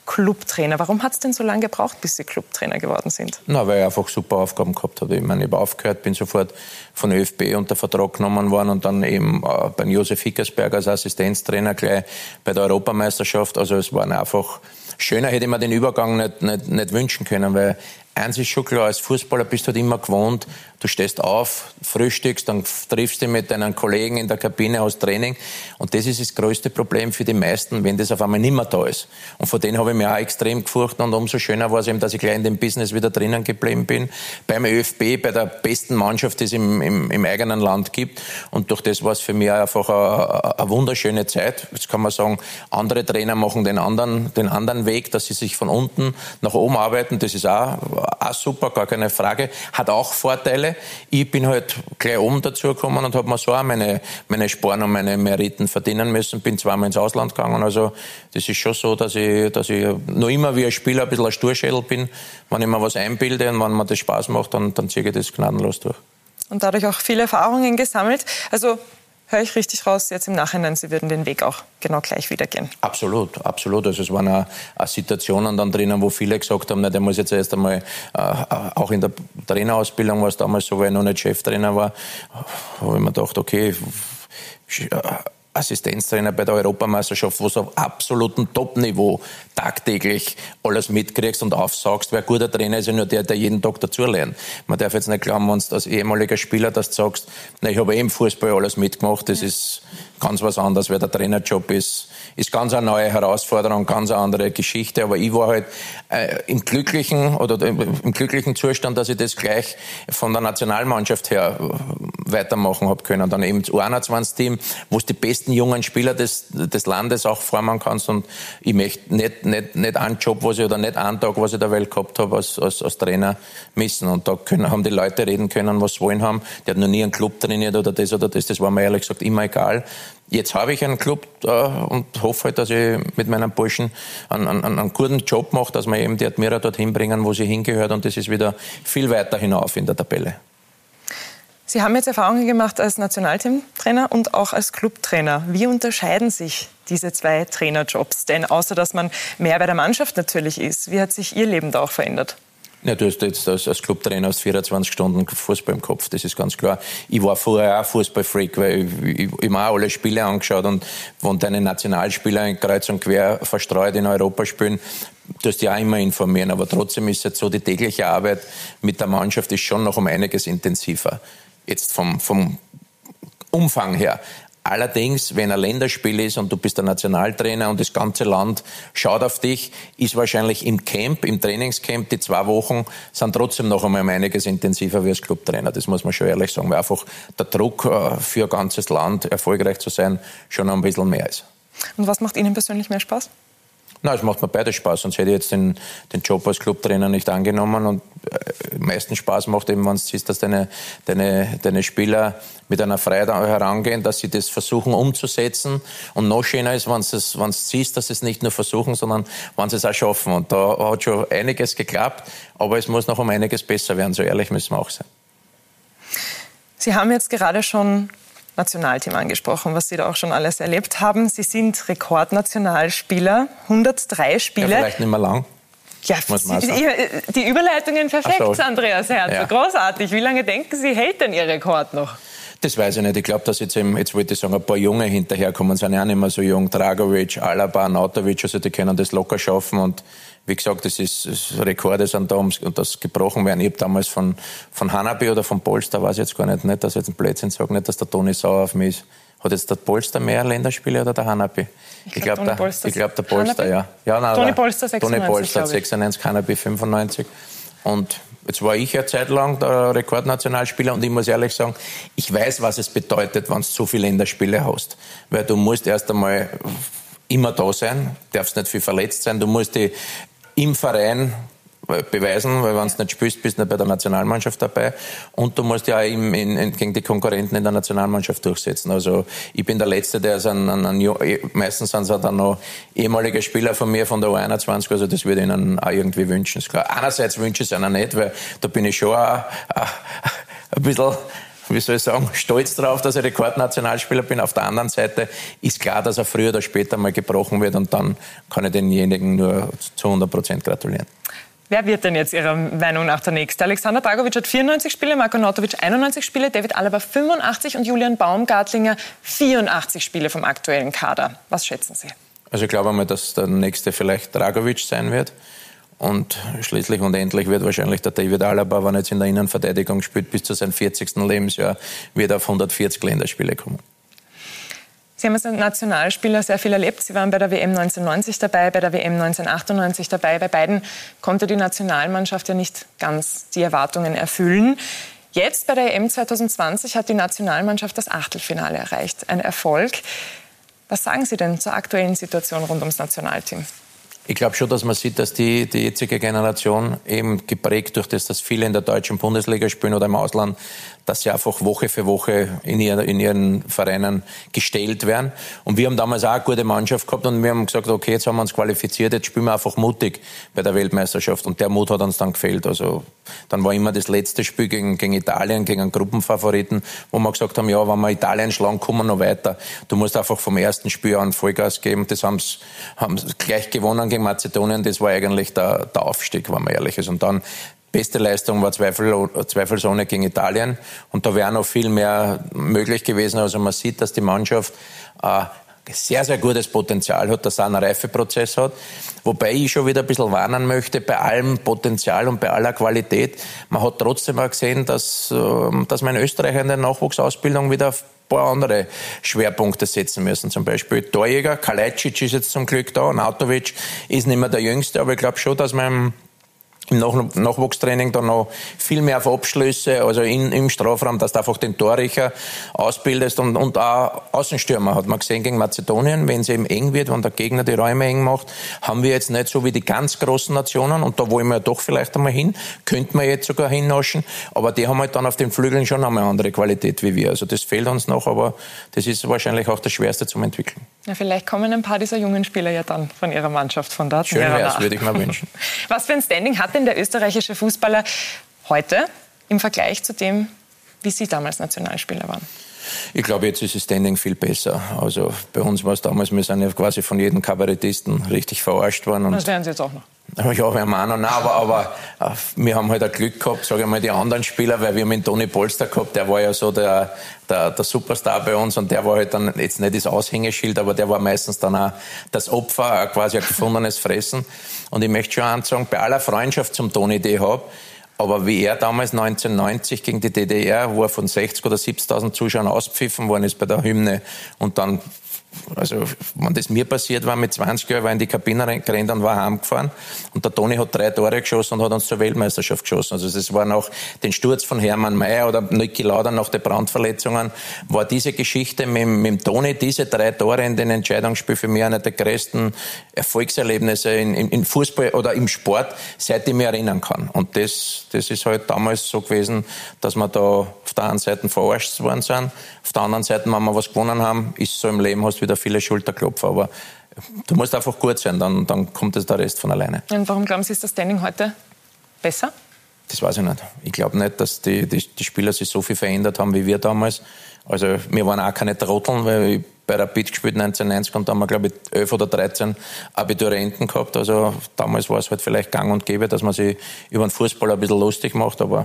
Clubtrainer. Warum hat es denn so lange gebraucht, bis Sie Clubtrainer geworden sind? Na, weil ich einfach super Aufgaben gehabt habe. Ich meine, ich habe aufgehört, bin sofort von der ÖFB unter Vertrag genommen worden und dann eben äh, bei Josef Hickersberg als Assistenztrainer gleich bei der Europameisterschaft. Also es war einfach schöner, hätte ich mir den Übergang nicht, nicht, nicht wünschen können, weil eins ist schon klar, als Fußballer bist du halt immer gewohnt, du stehst auf, frühstückst, dann triffst du dich mit deinen Kollegen in der Kabine aus Training und das ist das größte Problem für die meisten, wenn das auf einmal nicht mehr da ist. Und vor denen habe ich mich auch extrem gefurcht und umso schöner war es eben, dass ich gleich in dem Business wieder drinnen geblieben bin, beim ÖFB, bei der besten Mannschaft, die es im, im, im eigenen Land gibt und durch das war es für mich einfach eine, eine wunderschöne Zeit. Jetzt kann man sagen, andere Trainer machen den anderen, den anderen Weg, dass sie sich von unten nach oben arbeiten, das ist auch auch super, gar keine Frage. Hat auch Vorteile. Ich bin halt gleich oben dazu gekommen und habe mir so auch meine, meine Sporen und meine Meriten verdienen müssen. Bin zweimal ins Ausland gegangen. Also das ist schon so, dass ich, dass ich noch immer wie ein Spieler ein bisschen ein Sturschädel bin. Wenn ich mir was einbilde und wenn mir das Spaß macht, dann, dann ziehe ich das gnadenlos durch. Und dadurch auch viele Erfahrungen gesammelt. Also höre ich richtig raus, jetzt im Nachhinein, Sie würden den Weg auch genau gleich wieder gehen? Absolut, absolut. Also es waren auch, auch Situationen dann drinnen, wo viele gesagt haben, na, der muss jetzt erst einmal, äh, auch in der Trainerausbildung war es damals so, weil ich noch nicht Cheftrainer war, habe ich mir gedacht, okay, Assistenztrainer bei der Europameisterschaft, wo du auf absolutem Top-Niveau tagtäglich alles mitkriegst und aufsaugst. Weil ein guter Trainer ist ja nur der, der jeden Tag dazulernt. Man darf jetzt nicht glauben, wenn du als ehemaliger Spieler das sagst, na, ich habe eh im Fußball alles mitgemacht, das ist ganz was anderes, weil der Trainerjob ist, ist ganz eine neue Herausforderung, ganz eine andere Geschichte. Aber ich war halt äh, im glücklichen oder im glücklichen Zustand, dass ich das gleich von der Nationalmannschaft her weitermachen habe können. Dann eben das U einundzwanzig-Team, wo es die besten jungen Spieler des, des Landes auch formen kannst. Und ich möchte nicht, nicht, nicht einen Job, was ich, oder nicht einen Tag, was ich der Welt gehabt habe, als, als, als Trainer missen. Und da können, haben die Leute reden können, was sie wollen haben. Die hat noch nie einen Club trainiert oder das oder das. Das war mir ehrlich gesagt immer egal. Jetzt habe ich einen Club äh, und hoffe halt, dass ich mit meinen Burschen einen, einen, einen guten Job mache, dass wir eben die Admira dorthin bringen, wo sie hingehört. Und das ist wieder viel weiter hinauf in der Tabelle. Sie haben jetzt Erfahrungen gemacht als Nationalteamtrainer und auch als Clubtrainer. Wie unterscheiden sich diese zwei Trainerjobs? Denn außer, dass man mehr bei der Mannschaft natürlich ist, wie hat sich Ihr Leben da auch verändert? Ja, du hast jetzt als, als Clubtrainer hast vierundzwanzig Stunden Fußball im Kopf, das ist ganz klar. Ich war vorher auch Fußballfreak, weil ich, ich, ich mir auch alle Spiele angeschaut und wenn deine Nationalspieler in kreuz und quer verstreut in Europa spielen, du hast ja auch immer informieren, aber trotzdem ist jetzt so, die tägliche Arbeit mit der Mannschaft ist schon noch um einiges intensiver. Jetzt vom, vom Umfang her. Allerdings, wenn ein Länderspiel ist und du bist der Nationaltrainer und das ganze Land schaut auf dich, ist wahrscheinlich im Camp, im Trainingscamp, die zwei Wochen sind trotzdem noch einmal um einiges intensiver wie als Clubtrainer. Das muss man schon ehrlich sagen, weil einfach der Druck für ein ganzes Land erfolgreich zu sein schon ein bisschen mehr ist. Und was macht Ihnen persönlich mehr Spaß? Nein, es macht mir beides Spaß, sonst hätte ich jetzt den, den Job als Clubtrainer nicht angenommen. Und äh, meisten Spaß macht eben, wenn du siehst, dass deine, deine, deine Spieler mit einer Freiheit herangehen, dass sie das versuchen umzusetzen. Und noch schöner ist, wenn du es, wenn du siehst, dass sie es nicht nur versuchen, sondern wenn sie es auch schaffen. Und da hat schon einiges geklappt, aber es muss noch um einiges besser werden, so ehrlich müssen wir auch sein. Sie haben jetzt gerade schon Nationalteam angesprochen, was Sie da auch schon alles erlebt haben. Sie sind Rekordnationalspieler, hundertdrei Spiele. Ja, vielleicht nicht mehr lang. Ja, Sie, die Überleitungen perfekt, so. Andreas Herzog, ja. Großartig. Wie lange denken Sie, hält denn Ihr Rekord noch? Das weiß ich nicht. Ich glaube, dass jetzt, eben, jetzt wollte ich sagen, ein paar Junge hinterherkommen, sind ja auch nicht mehr so jung. Dragovic, Alaba, Nautovic, also die können das locker schaffen. Und wie gesagt, das ist, das Rekorde sind da, um das gebrochen werden. Ich habe damals von, von Hanapi oder von Polster, weiß ich jetzt gar nicht, nicht, dass ich jetzt ein Blödsinn sage, nicht, dass der Toni sauer auf mich ist. Hat jetzt der Polster mehr Länderspiele oder der Hanapi? Ich glaube, glaub, der, ich glaub, der Polster, ja. ja nein, Toni Polster sechsundneunzig, Toni Polster sechsundneunzig, Hanapi fünfundneunzig. Und jetzt war ich ja zeitlang der Rekordnationalspieler und ich muss ehrlich sagen, ich weiß, was es bedeutet, wenn du so viele Länderspiele hast. Weil du musst erst einmal immer da sein, darfst nicht viel verletzt sein, du musst dich im Verein beweisen, weil wenn du nicht spielst, bist du nicht bei der Nationalmannschaft dabei und du musst ja auch im, in, in, gegen die Konkurrenten in der Nationalmannschaft durchsetzen. Also ich bin der Letzte, der ist ein, ein, ein meistens sind es dann noch ehemalige Spieler von mir von der U einundzwanzig, also das würde ich ihnen auch irgendwie wünschen. Ist klar. Einerseits wünsche ich es ihnen nicht, weil da bin ich schon auch, auch, ein bisschen wie soll ich sagen, stolz darauf, dass ich Rekordnationalspieler bin. Auf der anderen Seite ist klar, dass er früher oder später mal gebrochen wird und dann kann ich denjenigen nur zu hundert Prozent gratulieren. Wer wird denn jetzt Ihrer Meinung nach der Nächste? Alexander Dragovic hat vierundneunzig Spiele, Marko Nautovic einundneunzig Spiele, David Alaba fünfundachtzig und Julian Baumgartlinger vierundachtzig Spiele vom aktuellen Kader. Was schätzen Sie? Also ich glaube einmal, dass der Nächste vielleicht Dragovic sein wird. Und schließlich und endlich wird wahrscheinlich der David Alaba, wenn er jetzt in der Innenverteidigung spielt, bis zu seinem vierzigsten Lebensjahr, wird auf hundertvierzig Länderspiele kommen. Sie haben als Nationalspieler sehr viel erlebt. Sie waren bei der W M neunzehnhundertneunzig dabei, bei der W M neunzehnhundertachtundneunzig dabei. Bei beiden konnte die Nationalmannschaft ja nicht ganz die Erwartungen erfüllen. Jetzt bei der E M zweitausendzwanzig hat die Nationalmannschaft das Achtelfinale erreicht. Ein Erfolg. Was sagen Sie denn zur aktuellen Situation rund ums Nationalteam? Ich glaube schon, dass man sieht, dass die, die jetzige Generation eben geprägt durch das, dass viele in der deutschen Bundesliga spielen oder im Ausland, dass sie einfach Woche für Woche in, ihr, in ihren Vereinen gestellt werden. Und wir haben damals auch eine gute Mannschaft gehabt und wir haben gesagt, okay, jetzt haben wir uns qualifiziert, jetzt spielen wir einfach mutig bei der Weltmeisterschaft. Und der Mut hat uns dann gefehlt. Also dann war immer das letzte Spiel gegen, gegen Italien, gegen einen Gruppenfavoriten, wo wir gesagt haben, ja, wenn wir Italien schlagen, kommen wir noch weiter. Du musst einfach vom ersten Spiel an Vollgas geben. Das haben sie gleich gewonnen gegen Mazedonien. Das war eigentlich der, der Aufstieg, wenn man ehrlich ist. Und dann beste Leistung war zweifel, zweifelsohne gegen Italien. Und da wäre noch viel mehr möglich gewesen. Also man sieht, dass die Mannschaft äh, sehr, sehr gutes Potenzial hat, dass er einen Reifeprozess hat. Wobei ich schon wieder ein bisschen warnen möchte, bei allem Potenzial und bei aller Qualität. Man hat trotzdem auch gesehen, dass, äh, dass man in Österreich in der Nachwuchsausbildung wieder ein paar andere Schwerpunkte setzen müssen. Zum Beispiel Torjäger, Kalajdzic ist jetzt zum Glück da, Nautovic ist nicht mehr der Jüngste, aber ich glaube schon, dass man im Nach- Nachwuchstraining dann noch viel mehr auf Abschlüsse, also in, im Strafraum, dass du einfach den Torrichter ausbildest und, und auch Außenstürmer. Hat man gesehen gegen Mazedonien, wenn es eben eng wird, wenn der Gegner die Räume eng macht, haben wir jetzt nicht so wie die ganz großen Nationen und da wollen wir doch vielleicht einmal hin, könnten wir jetzt sogar hinnaschen, aber die haben halt dann auf den Flügeln schon einmal eine andere Qualität wie wir. Also das fehlt uns noch, aber das ist wahrscheinlich auch das Schwerste zum Entwickeln. Ja, vielleicht kommen ein paar dieser jungen Spieler ja dann von ihrer Mannschaft von dort. Schön wär's, würde ich mir wünschen. Was für ein Standing hat denn der österreichische Fußballer heute im Vergleich zu dem, wie Sie damals Nationalspieler waren? Ich glaube, jetzt ist das Standing viel besser. Also bei uns war es damals, wir sind ja quasi von jedem Kabarettisten richtig verarscht worden. Und das wären Sie jetzt auch noch. Ja, wir haben auch noch. Nein, aber, aber wir haben halt ein Glück gehabt, sage ich mal, die anderen Spieler, weil wir haben den Toni Polster gehabt, der war ja so der, der, der Superstar bei uns und der war halt dann jetzt nicht das Aushängeschild, aber der war meistens dann auch das Opfer, auch quasi ein gefundenes Fressen. Und ich möchte schon eins sagen, bei aller Freundschaft zum Toni, die ich habe, aber wie er damals neunzehnhundertneunzig gegen die D D R, wo er von sechzig oder siebzigtausend Zuschauern auspfiffen worden ist bei der Hymne und dann, also wenn das mir passiert war, mit zwanzig Jahren war in die Kabine gerannt und war heimgefahren und der Toni hat drei Tore geschossen und hat uns zur Weltmeisterschaft geschossen. Also das war nach den Sturz von Hermann Mayer oder Niki Lauda nach den Brandverletzungen, war diese Geschichte mit, mit dem Toni, diese drei Tore in den Entscheidungsspielen für mich eine der größten Erfolgserlebnisse in, in, in Fußball oder im Sport, seit ich mich erinnern kann. Und das, das ist halt damals so gewesen, dass wir da auf der einen Seite verarscht worden sind, auf der anderen Seite, wenn wir was gewonnen haben, ist so im Leben, hast wieder viele Schulterklopfer, aber du musst einfach gut sein, dann, dann kommt es der Rest von alleine. Und warum glauben Sie, ist das Standing heute besser? Das weiß ich nicht. Ich glaube nicht, dass die, die, die Spieler sich so viel verändert haben wie wir damals. Also wir waren auch keine Trotteln, weil ich bei Rapid gespielt neunzehnhundertneunzig und da haben wir, glaube ich, elf oder dreizehn Abiturienten gehabt. Also damals war es halt vielleicht gang und gäbe, dass man sich über den Fußball ein bisschen lustig macht, aber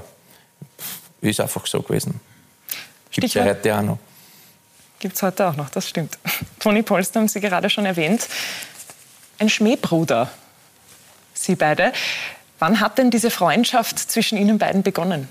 ist einfach so gewesen. Gibt es ja heute auch noch. Gibt es heute auch noch, das stimmt. Toni Polster haben Sie gerade schon erwähnt. Ein Schmähbruder, Sie beide. Wann hat denn diese Freundschaft zwischen Ihnen beiden begonnen?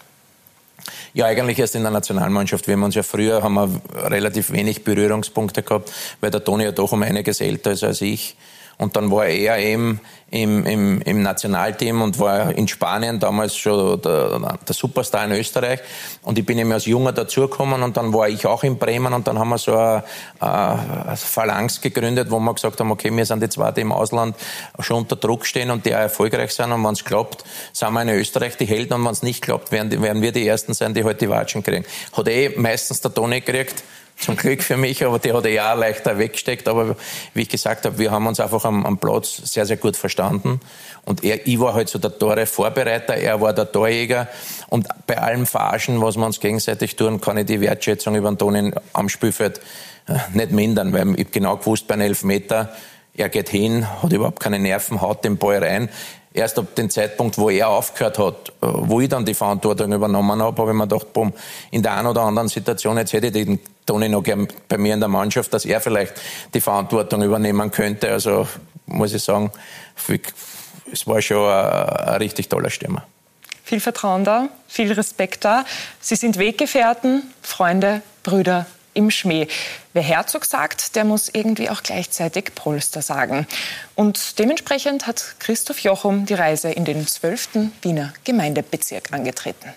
Ja, eigentlich erst in der Nationalmannschaft. Wir haben uns ja früher haben wir relativ wenig Berührungspunkte gehabt, weil der Toni ja doch um einiges älter ist als ich. Und dann war er eben im, im, im Nationalteam und war in Spanien damals schon der, der Superstar in Österreich. Und ich bin eben als Junger dazugekommen und dann war ich auch in Bremen und dann haben wir so eine, eine Phalanx gegründet, wo wir gesagt haben, okay, wir sind die zwei, die im Ausland schon unter Druck stehen und die auch erfolgreich sind. Und wenn es klappt, sind wir in Österreich die Helden und wenn es nicht klappt, werden, werden wir die Ersten sein, die halt die Watschen kriegen. Hat eh meistens der Toni gekriegt. Zum Glück für mich, aber die hat er ja auch leichter weggesteckt. Aber wie ich gesagt habe, wir haben uns einfach am, am Platz sehr, sehr gut verstanden. Und er, ich war halt so der Tore-Vorbereiter, er war der Torjäger. Und bei allem Verarschen, was wir uns gegenseitig tun, kann ich die Wertschätzung über den Toni am Spielfeld nicht mindern. Weil ich habe genau gewusst, bei einem Elfmeter, er geht hin, hat überhaupt keine Nerven, haut den Ball rein. Erst ab dem Zeitpunkt, wo er aufgehört hat, wo ich dann die Verantwortung übernommen habe, habe ich mir gedacht, boom, in der einen oder anderen Situation, jetzt hätte ich den Toni noch gern bei mir in der Mannschaft, dass er vielleicht die Verantwortung übernehmen könnte. Also muss ich sagen, es war schon ein, ein richtig toller Stürmer. Viel Vertrauen da, viel Respekt da. Sie sind Weggefährten, Freunde, Brüder im Schmäh. Wer Herzog sagt, der muss irgendwie auch gleichzeitig Polster sagen. Und dementsprechend hat Christoph Jochum die Reise in den zwölften Wiener Gemeindebezirk angetreten.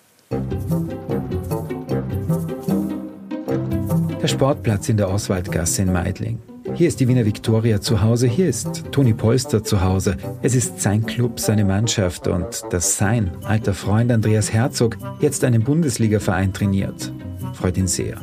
Der Sportplatz in der Oswaldgasse in Meidling. Hier ist die Wiener Viktoria zu Hause, hier ist Toni Polster zu Hause. Es ist sein Club, seine Mannschaft und dass sein alter Freund Andreas Herzog jetzt einen Bundesligaverein trainiert, freut ihn sehr.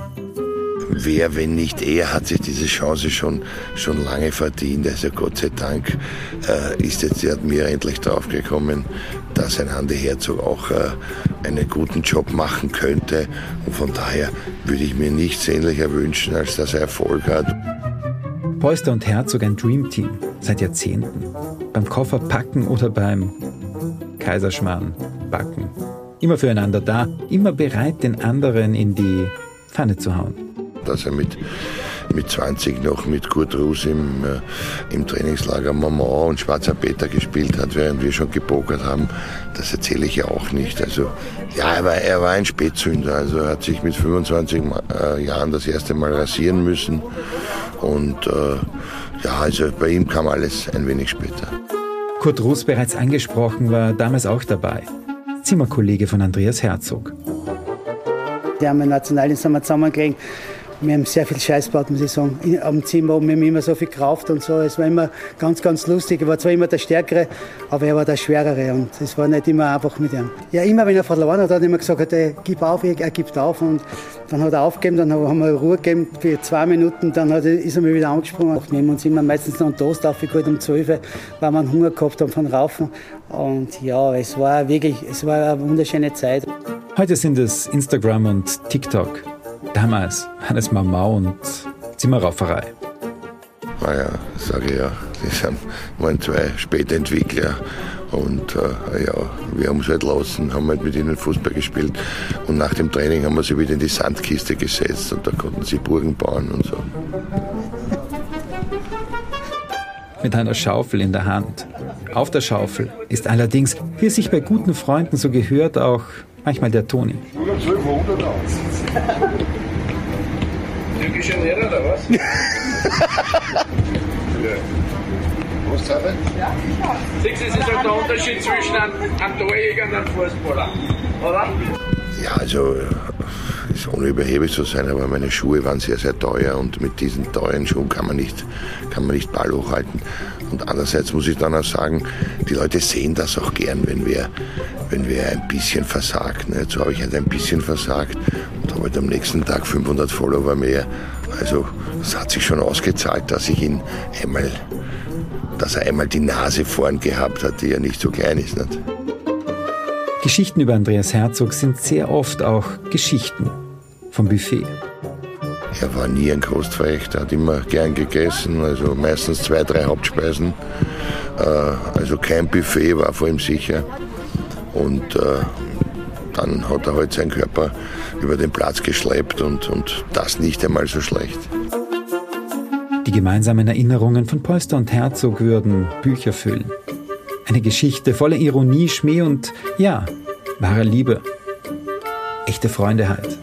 Wer, wenn nicht er, hat sich diese Chance schon, schon lange verdient. Also Gott sei Dank äh, ist jetzt der Admira endlich draufgekommen, dass ein Andi Herzog auch äh, einen guten Job machen könnte. Und von daher würde ich mir nichts sehnlicher wünschen, als dass er Erfolg hat. Polster und Herzog ein Dreamteam seit Jahrzehnten. Beim Koffer packen oder beim Kaiserschmarrn backen. Immer füreinander da, immer bereit, den anderen in die Pfanne zu hauen. Dass er mit, mit zwanzig noch mit Kurt Ruß im, äh, im Trainingslager Maman und Schwarzer Peter gespielt hat, während wir schon gepokert haben, das erzähle ich ja auch nicht. Also ja, er war, er war ein Spätzünder. Also er hat sich mit fünfundzwanzig äh, Jahren das erste Mal rasieren müssen. Und äh, ja, also bei ihm kam alles ein wenig später. Kurt Ruß, bereits angesprochen, war damals auch dabei. Zimmerkollege von Andreas Herzog. Die haben wir Nationaldienst zusammengelegt. Wir haben sehr viel Scheiß gebaut, muss ich sagen. Am Zimmer, wir haben immer so viel gerauft und so. Es war immer ganz, ganz lustig. Er war zwar immer der Stärkere, aber er war der Schwerere. Und es war nicht immer einfach mit ihm. Ja, immer wenn er verloren hat, hat er immer gesagt, er gibt auf, er gibt auf. Und dann hat er aufgegeben, dann haben wir Ruhe gegeben für zwei Minuten. Dann hat er, ist er mir wieder angesprungen. Wir haben uns immer meistens noch einen Toast aufgeholt um zwölf, weil wir einen Hunger gehabt haben von Raufen. Und ja, es war wirklich, es war eine wunderschöne Zeit. Heute sind es Instagram und TikTok. Damals war es Mamau und Zimmerrauferei. Naja, sage ich ja, das waren zwei Spätentwickler und äh, ja, wir haben es halt lassen, haben halt mit ihnen Fußball gespielt und nach dem Training haben wir sie wieder in die Sandkiste gesetzt und da konnten sie Burgen bauen und so. Mit einer Schaufel in der Hand. Auf der Schaufel ist allerdings, wie es sich bei guten Freunden so gehört, auch manchmal der Toni. zwölfhundert aus. Türkischer Lehrer oder was? Ja. Was hat er? Ja, sicher. Siehst du, das ist halt der Unterschied zwischen einem, einem Torjäger und einem Fußballer, oder? Ja, also ist ohne überheblich zu sein, aber meine Schuhe waren sehr, sehr teuer und mit diesen teuren Schuhen kann man nicht, kann man nicht Ball hochhalten. Und andererseits muss ich dann auch sagen, die Leute sehen das auch gern, wenn wir, wenn wir ein bisschen versagen. Jetzt habe ich halt ein bisschen versagt und habe halt am nächsten Tag fünfhundert Follower mehr. Also es hat sich schon ausgezahlt, dass ich ihn einmal, dass er einmal die Nase vorn gehabt hat, die ja nicht so klein ist. Nicht? Geschichten über Andreas Herzog sind sehr oft auch Geschichten vom Buffet. Er war nie ein Kostverächter, hat immer gern gegessen, also meistens zwei, drei Hauptspeisen. Also kein Buffet war vor ihm sicher. Und dann hat er halt seinen Körper über den Platz geschleppt und, und das nicht einmal so schlecht. Die gemeinsamen Erinnerungen von Polster und Herzog würden Bücher füllen. Eine Geschichte voller Ironie, Schmäh und, ja, wahrer Liebe. Echte Freunde halt.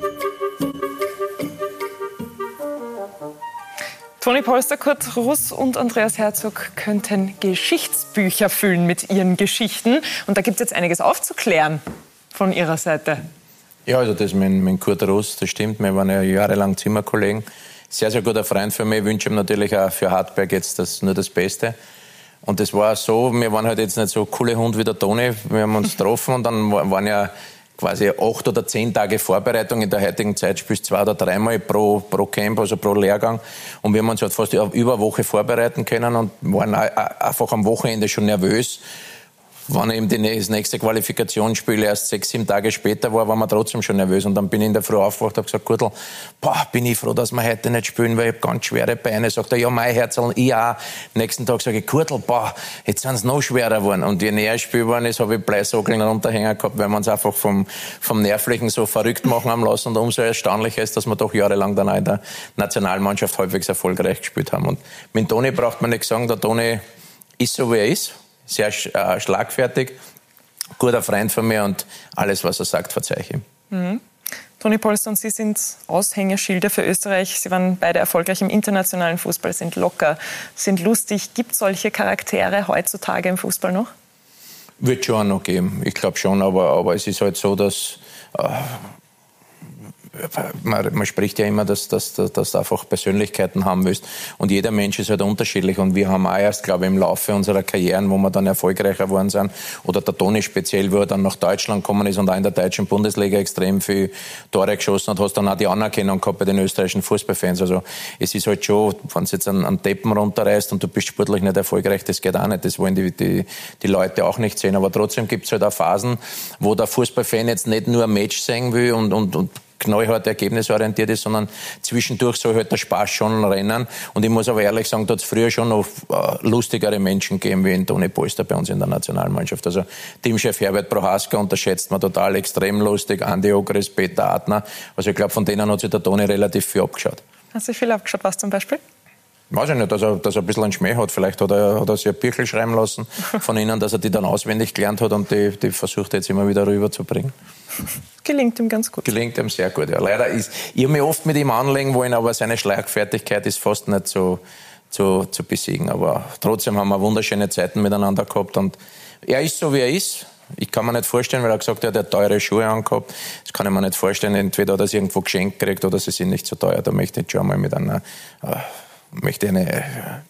Toni Polster, Kurt Ruß und Andreas Herzog könnten Geschichtsbücher füllen mit ihren Geschichten. Und da gibt es jetzt einiges aufzuklären von ihrer Seite. Ja, also das mit, mit Kurt Ruß, das stimmt. Wir waren ja jahrelang Zimmerkollegen. Sehr, sehr guter Freund für mich. Ich wünsche ihm natürlich auch für Hartberg jetzt das, nur das Beste. Und das war so, wir waren halt jetzt nicht so coole Hund wie der Toni. Wir haben uns getroffen und dann waren ja quasi acht oder zehn Tage Vorbereitung. In der heutigen Zeit spielst du zwei oder dreimal pro, pro Camp, also pro Lehrgang. Und wir haben uns halt fast über eine Woche vorbereiten können und waren einfach am Wochenende schon nervös. Wenn eben das nächste Qualifikationsspiel erst sechs, sieben Tage später war, waren wir trotzdem schon nervös. Und dann bin ich in der Früh aufgewacht und habe gesagt, Gürtel, boah, bin ich froh, dass wir heute nicht spielen, weil ich habe ganz schwere Beine. Sagt er, ja, mein Herzl, ich auch. Nächsten Tag sage ich, Gürtel, boah, jetzt sind es noch schwerer geworden. Und je näher ich spiel geworden ist, habe ich Bleisockeln runterhängen gehabt, weil wir uns einfach vom, vom Nervlichen so verrückt machen haben lassen. Und umso erstaunlicher ist, dass wir doch jahrelang dann auch in der Nationalmannschaft halbwegs erfolgreich gespielt haben. Und mit dem Toni braucht man nicht sagen, der Toni ist so, wie er ist. Sehr äh, schlagfertig, guter Freund von mir und alles, was er sagt, verzeihe ich ihm. Mhm. Toni Polster und Sie sind Aushängeschilder für Österreich. Sie waren beide erfolgreich im internationalen Fußball, sind locker, sind lustig. Gibt es solche Charaktere heutzutage im Fußball noch? Wird schon auch noch geben, ich glaube schon, aber, aber es ist halt so, dass... Äh, Man, man spricht ja immer, dass, dass, dass du einfach Persönlichkeiten haben willst. Und jeder Mensch ist halt unterschiedlich. Und wir haben auch erst, glaube ich, im Laufe unserer Karrieren, wo wir dann erfolgreicher geworden sind, oder der Toni speziell, wo er dann nach Deutschland gekommen ist und auch in der deutschen Bundesliga extrem viel Tore geschossen hat, hast dann auch die Anerkennung gehabt bei den österreichischen Fußballfans. Also es ist halt schon, wenn du jetzt einen, einen Deppen runterreißt und du bist sportlich nicht erfolgreich, das geht auch nicht. Das wollen die, die, die Leute auch nicht sehen. Aber trotzdem gibt es halt auch Phasen, wo der Fußballfan jetzt nicht nur ein Match sehen will und, und, und knallhart ergebnisorientiert ist, sondern zwischendurch soll halt der Spaß schon rennen. Und ich muss aber ehrlich sagen, da hat es früher schon noch äh, lustigere Menschen gegeben wie in Toni Polster bei uns in der Nationalmannschaft. Also Teamchef Herbert Prohaska unterschätzt man total, extrem lustig, Andi Ogris, Peter Adner. Also ich glaube, von denen hat sich der Toni relativ viel abgeschaut. Hat sich viel abgeschaut, was zum Beispiel? Weiß ich nicht, dass er, dass er ein bisschen einen Schmäh hat. Vielleicht hat er, hat er sich ein Büchel schreiben lassen von ihnen, dass er die dann auswendig gelernt hat und die, die versucht er jetzt immer wieder rüberzubringen. Gelingt ihm ganz gut. Gelingt ihm sehr gut, ja. Leider ist, ich habe mich oft mit ihm anlegen wollen, aber seine Schlagfertigkeit ist fast nicht so zu, zu besiegen. Aber trotzdem haben wir wunderschöne Zeiten miteinander gehabt und er ist so, wie er ist. Ich kann mir nicht vorstellen, weil er gesagt hat, er hat teure Schuhe angehabt. Das kann ich mir nicht vorstellen. Entweder hat er sie irgendwo geschenkt gekriegt oder sie sind nicht so teuer. Da möchte ich schon mal mit einer... Äh, möchte eine,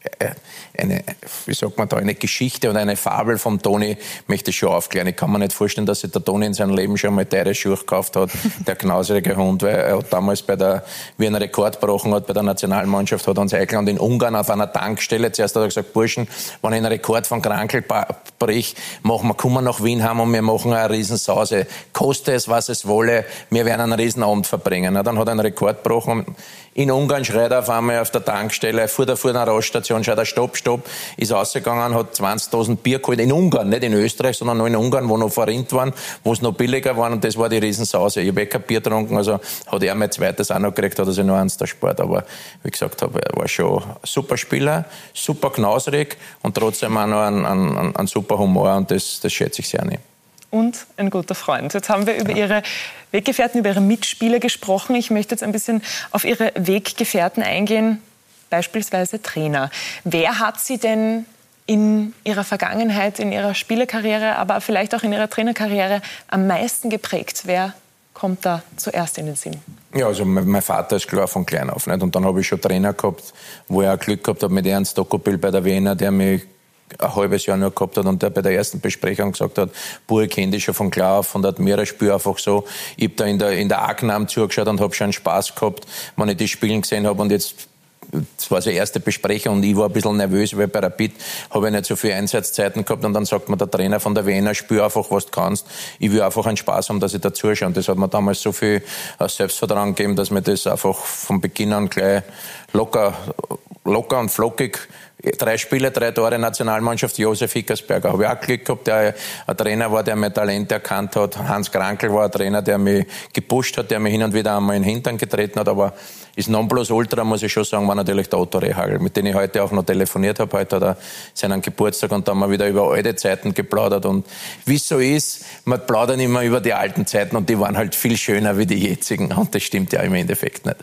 eine, wie sagt man da, eine Geschichte und eine Fabel vom Toni möchte ich schon aufklären. Ich kann mir nicht vorstellen, dass sich der Toni in seinem Leben schon mal teure Schuhe gekauft hat, der knauserige Hund, weil er hat damals bei der, wie er einen Rekord gebrochen hat bei der Nationalmannschaft, hat er uns eingeladen in Ungarn auf einer Tankstelle. Zuerst hat er gesagt, Burschen, wenn ich einen Rekord von Krankel brich, machen wir, kommen nach Wien haben und wir machen eine Riesensause. Koste es, was es wolle, wir werden einen Riesenabend verbringen. Dann hat er einen Rekord gebrochen. In Ungarn schreit er auf einmal auf der Tankstelle, vor der, vor der Raststation, schreit er Stopp, Stopp, ist rausgegangen, hat zwanzigtausend Bier geholt. In Ungarn, nicht in Österreich, sondern nur in Ungarn, wo noch verrinnt waren, wo es noch billiger war und das war die Riesensause. Ich habe eh kein Bier getrunken, also hat er mein zweites auch noch gekriegt, hat er sich nur eins der Sport. Aber wie gesagt habe, er war schon ein super Spieler, super knauserig und trotzdem auch noch ein, ein, ein super Humor und das, das schätze ich sehr an ihm. Und ein guter Freund. Jetzt haben wir über Ihre Weggefährten, über Ihre Mitspieler gesprochen. Ich möchte jetzt ein bisschen auf Ihre Weggefährten eingehen, beispielsweise Trainer. Wer hat Sie denn in Ihrer Vergangenheit, in Ihrer Spielerkarriere, aber vielleicht auch in Ihrer Trainerkarriere am meisten geprägt? Wer kommt da zuerst in den Sinn? Ja, also mein Vater ist klar von klein auf. Nicht? Und dann habe ich schon Trainer gehabt, wo ich auch Glück gehabt habe mit Ernst Dokopil bei der Wiener, der mich ein halbes Jahr nur gehabt hat und der bei der ersten Besprechung gesagt hat, Bur, ich kenne dich schon von klar auf und hat mir ein Spiel einfach so. Ich habe da in der, in der A-Gnam zugeschaut und habe schon Spaß gehabt, wenn ich die Spielen gesehen habe und jetzt, das war so die erste Besprechung und ich war ein bisschen nervös, weil bei Rapid habe ich nicht so viele Einsatzzeiten gehabt und dann sagt mir der Trainer von der Wiener, spiel einfach, was du kannst. Ich will einfach einen Spaß haben, dass ich da zuschaue. Und das hat mir damals so viel Selbstvertrauen gegeben, dass mir das einfach von Beginn an gleich locker, locker und flockig. Drei Spiele, drei Tore, Nationalmannschaft, Josef Hickersberger. Habe ich auch Glück gehabt, der ein Trainer war, der mein Talent erkannt hat. Hans Krankel war ein Trainer, der mich gepusht hat, der mich hin und wieder einmal in den Hintern getreten hat. Aber das Nonplusultra, muss ich schon sagen, war natürlich der Otto Rehhagel, mit dem ich heute auch noch telefoniert habe. Heute hat er seinen Geburtstag und da haben wir wieder über alte Zeiten geplaudert. Und wie es so ist, man plaudert immer über die alten Zeiten und die waren halt viel schöner wie die jetzigen. Und das stimmt ja im Endeffekt nicht.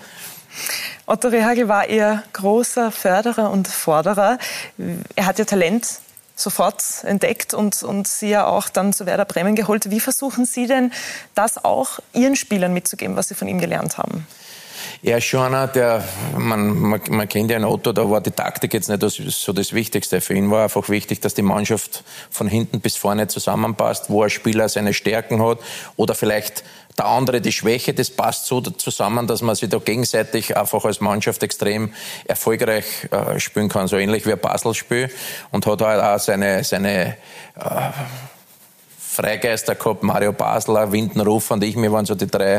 Otto Rehhagel war Ihr großer Förderer und Forderer. Er hat Ihr Talent sofort entdeckt und, und Sie ja auch dann zu Werder Bremen geholt. Wie versuchen Sie denn, das auch Ihren Spielern mitzugeben, was Sie von ihm gelernt haben? Er ist schon einer, der, man, man, man kennt ja einen Otto, da war die Taktik jetzt nicht das, so das Wichtigste. Für ihn war einfach wichtig, dass die Mannschaft von hinten bis vorne zusammenpasst, wo ein Spieler seine Stärken hat oder vielleicht der andere die Schwäche, das passt so zusammen, dass man sich da gegenseitig einfach als Mannschaft extrem erfolgreich äh, spielen kann. So ähnlich wie ein Puzzlespiel und hat halt auch seine, seine äh, Freigeister gehabt, Mario Basler, Windenruf und ich, wir waren so die drei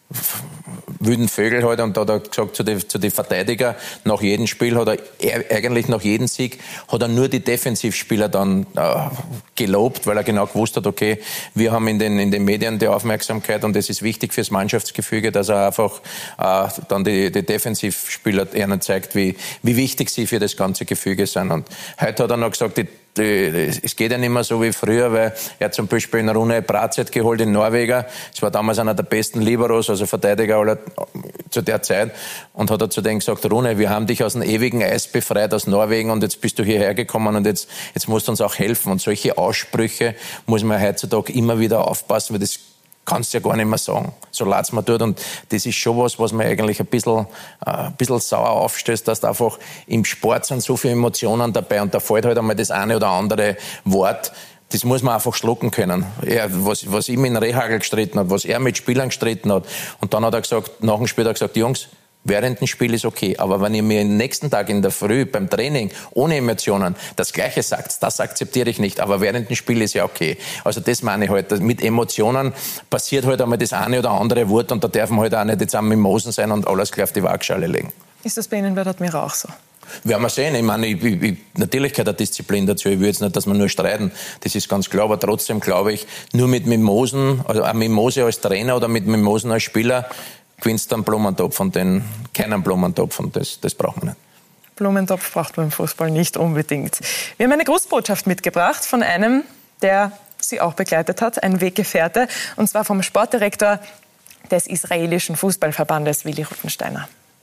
wilden Vögel halt, und da hat er gesagt zu den zu die Verteidiger, nach jedem Spiel hat er, eigentlich nach jedem Sieg, hat er nur die Defensivspieler dann äh, gelobt, weil er genau gewusst hat, okay, wir haben in den, in den Medien die Aufmerksamkeit und es ist wichtig fürs Mannschaftsgefüge, dass er einfach äh, dann die, die Defensivspieler ihnen zeigt, wie, wie wichtig sie für das ganze Gefüge sind. Und heute hat er noch gesagt, die es geht ja nicht mehr so wie früher, weil er hat zum Beispiel in Rune Bratzett geholt in Norweger. Es war damals einer der besten Liberos, also Verteidiger aller zu der Zeit. Und hat er zu denen gesagt, Rune, wir haben dich aus dem ewigen Eis befreit, aus Norwegen, und jetzt bist du hierher gekommen und jetzt, jetzt musst du uns auch helfen. Und solche Aussprüche muss man heutzutage immer wieder aufpassen, weil das kannst du ja gar nicht mehr sagen, so leid es mir tut. Und das ist schon was, was mir eigentlich ein bisschen, äh, ein bisschen sauer aufstößt, dass da einfach im Sport sind so viele Emotionen dabei und da fällt halt einmal das eine oder andere Wort. Das muss man einfach schlucken können. Er, was, was ihm in Rehagel gestritten hat, was er mit Spielern gestritten hat. Und dann hat er gesagt, nach dem Spiel hat er gesagt, Jungs, während dem Spiel ist okay, aber wenn ihr mir am nächsten Tag in der Früh beim Training ohne Emotionen das Gleiche sagt, das akzeptiere ich nicht, aber während dem Spiel ist ja okay. Also das meine ich halt, mit Emotionen passiert halt einmal das eine oder andere Wort und da darf man halt auch nicht jetzt am Mimosen sein und alles gleich auf die Waagschale legen. Ist das bei Ihnen bei der Admira auch so? Werden wir sehen. Ich meine, ich, ich, natürlich gehört eine Disziplin dazu. Ich will jetzt nicht, dass wir nur streiten. Das ist ganz klar. Aber trotzdem glaube ich, nur mit Mimosen, also eine Mimose als Trainer oder mit Mimosen als Spieler, gewinnst du einen Blumentopf und den, keinen Blumentopf, und das, das braucht man nicht. Blumentopf braucht man im Fußball nicht unbedingt. Wir haben eine Grußbotschaft mitgebracht von einem, der Sie auch begleitet hat, ein Weggefährte, und zwar vom Sportdirektor des israelischen Fußballverbandes, Willi Ruttensteiner.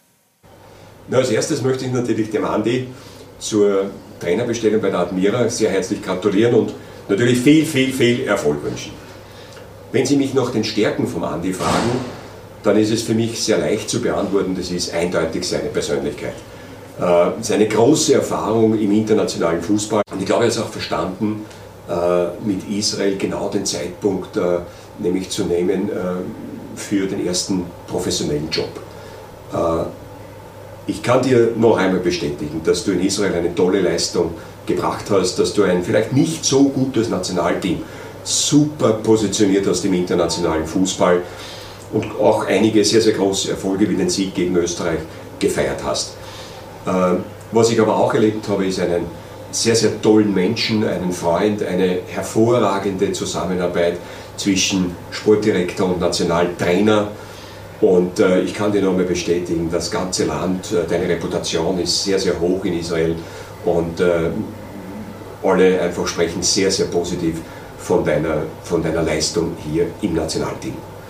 Na, als erstes möchte ich natürlich dem Andi zur Trainerbestellung bei der Admira sehr herzlich gratulieren und natürlich viel, viel, viel Erfolg wünschen. Wenn Sie mich nach den Stärken vom Andi fragen, dann ist es für mich sehr leicht zu beantworten, das ist eindeutig seine Persönlichkeit. Äh, seine große Erfahrung im internationalen Fußball. Und ich glaube, er hat es auch verstanden, äh, mit Israel genau den Zeitpunkt äh, nämlich zu nehmen äh, für den ersten professionellen Job. Äh, ich kann dir noch einmal bestätigen, dass du in Israel eine tolle Leistung gebracht hast, dass du ein vielleicht nicht so gutes Nationalteam super positioniert hast im internationalen Fußball und auch einige sehr, sehr große Erfolge wie den Sieg gegen Österreich gefeiert hast. Was ich aber auch erlebt habe, ist einen sehr, sehr tollen Menschen, einen Freund, eine hervorragende Zusammenarbeit zwischen Sportdirektor und Nationaltrainer. Und ich kann dir nochmal bestätigen, das ganze Land, deine Reputation ist sehr, sehr hoch in Israel und alle einfach sprechen sehr, sehr positiv von deiner, von deiner Leistung hier im Nationalteam.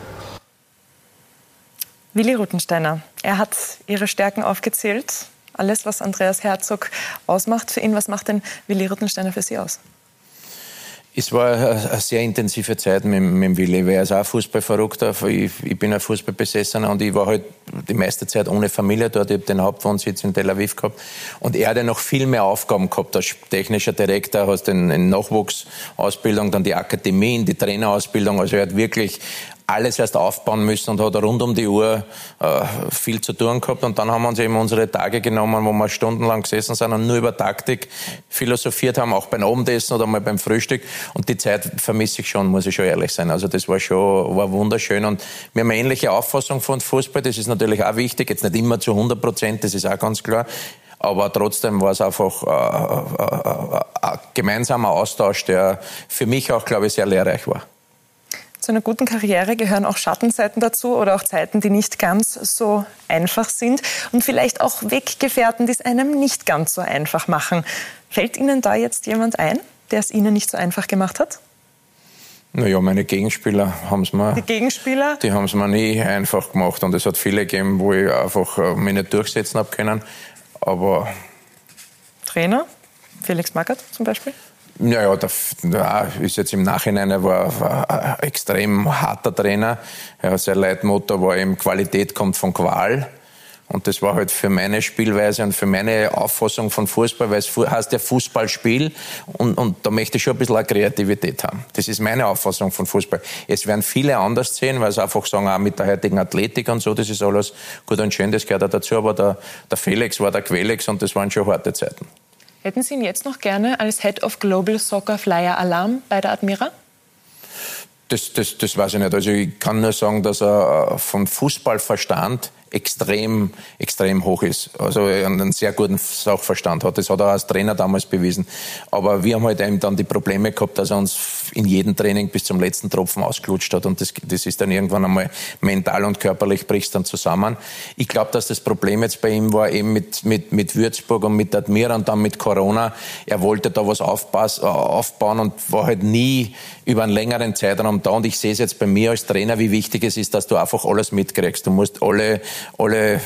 Willi Ruttensteiner, er hat Ihre Stärken aufgezählt. Alles, was Andreas Herzog ausmacht für ihn. Was macht denn Willi Ruttensteiner für Sie aus? Es war eine sehr intensive Zeit mit, mit Willi, weil er ist auch Fußballverrückter. Ich, ich bin ein Fußballbesessener und ich war halt die meiste Zeit ohne Familie dort. Ich habe den Hauptwohnsitz in Tel Aviv gehabt. Und er hat ja noch viel mehr Aufgaben gehabt als technischer Direktor, hast den Nachwuchsausbildung, dann die Akademien, die Trainerausbildung. Also er hat wirklich alles erst aufbauen müssen und hat rund um die Uhr äh, viel zu tun gehabt. Und dann haben wir uns eben unsere Tage genommen, wo wir stundenlang gesessen sind und nur über Taktik philosophiert haben, auch beim Abendessen oder mal beim Frühstück. Und die Zeit vermisse ich schon, muss ich schon ehrlich sein. Also das war schon war wunderschön. Und wir haben eine ähnliche Auffassung von Fußball. Das ist natürlich auch wichtig. Jetzt nicht immer zu hundert Prozent, das ist auch ganz klar. Aber trotzdem war es einfach äh, äh, äh, ein gemeinsamer Austausch, der für mich auch, glaube ich, sehr lehrreich war. Zu einer guten Karriere gehören auch Schattenseiten dazu oder auch Zeiten, die nicht ganz so einfach sind und vielleicht auch Weggefährten, die es einem nicht ganz so einfach machen. Fällt Ihnen da jetzt jemand ein, der es Ihnen nicht so einfach gemacht hat? Naja, meine Gegenspieler haben es mir... Die Gegenspieler? Die haben es mir nie einfach gemacht und es hat viele gegeben, wo ich einfach mich nicht durchsetzen habe können, aber... Trainer? Felix Magath zum Beispiel? Naja, der, der ist jetzt im Nachhinein, er war, war ein extrem harter Trainer. Ja, sein Leitmotto war eben, Qualität kommt von Qual. Und das war halt für meine Spielweise und für meine Auffassung von Fußball, weil es heißt ja Fußballspiel und, und da möchte ich schon ein bisschen eine Kreativität haben. Das ist meine Auffassung von Fußball. Es werden viele anders sehen, weil sie einfach sagen, auch mit der heutigen Athletik und so, das ist alles gut und schön, das gehört auch dazu, aber der, der Felix war der Quelix und das waren schon harte Zeiten. Hätten Sie ihn jetzt noch gerne als Head of Global Soccer Flyer Alarm bei der Admira? Das, das, das weiß ich nicht. Also ich kann nur sagen, dass er von Fußballverstand extrem, extrem hoch ist. Also einen sehr guten Sachverstand hat. Das hat er als Trainer damals bewiesen. Aber wir haben halt eben dann die Probleme gehabt, dass er uns in jedem Training bis zum letzten Tropfen ausgelutscht hat. Und das, das ist dann irgendwann einmal mental und körperlich bricht dann zusammen. Ich glaube, dass das Problem jetzt bei ihm war, eben mit, mit, mit Würzburg und mit Admira und dann mit Corona. Er wollte da was aufpass, aufbauen und war halt nie über einen längeren Zeitraum da. Und ich sehe es jetzt bei mir als Trainer, wie wichtig es ist, dass du einfach alles mitkriegst. Du musst alle alle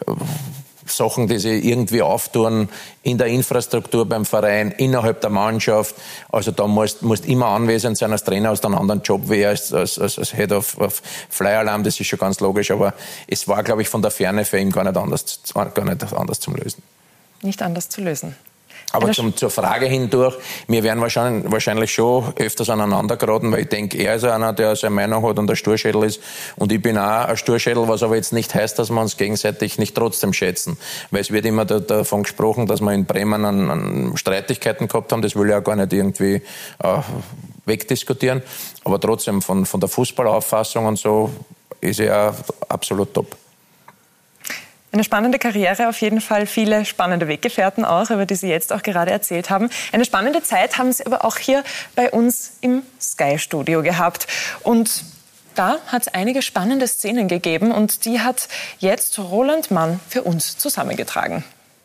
Sachen, die sie irgendwie auftun, in der Infrastruktur beim Verein, innerhalb der Mannschaft. Also da musst du immer anwesend sein als Trainer, hast einen anderen Job wie er als, als, als Head of, of Flyer Alarm, das ist schon ganz logisch. Aber es war, glaube ich, von der Ferne für ihn gar nicht anders, gar nicht anders zum Lösen. Nicht anders zu lösen. Aber zum, zur Frage hindurch, wir werden wahrscheinlich, wahrscheinlich schon öfters aneinander geraten, weil ich denke, er ist einer, der seine Meinung hat und ein Sturschädel ist. Und ich bin auch ein Sturschädel, was aber jetzt nicht heißt, dass wir uns gegenseitig nicht trotzdem schätzen. Weil es wird immer da, davon gesprochen, dass wir in Bremen an, an Streitigkeiten gehabt haben. Das will ich auch gar nicht irgendwie äh, wegdiskutieren. Aber trotzdem von, von der Fußballauffassung und so ist er absolut top. Eine spannende Karriere, auf jeden Fall viele spannende Weggefährten auch, über die Sie jetzt auch gerade erzählt haben. Eine spannende Zeit haben Sie aber auch hier bei uns im Sky-Studio gehabt. Und da hat es einige spannende Szenen gegeben und die hat jetzt Roland Mann für uns zusammengetragen.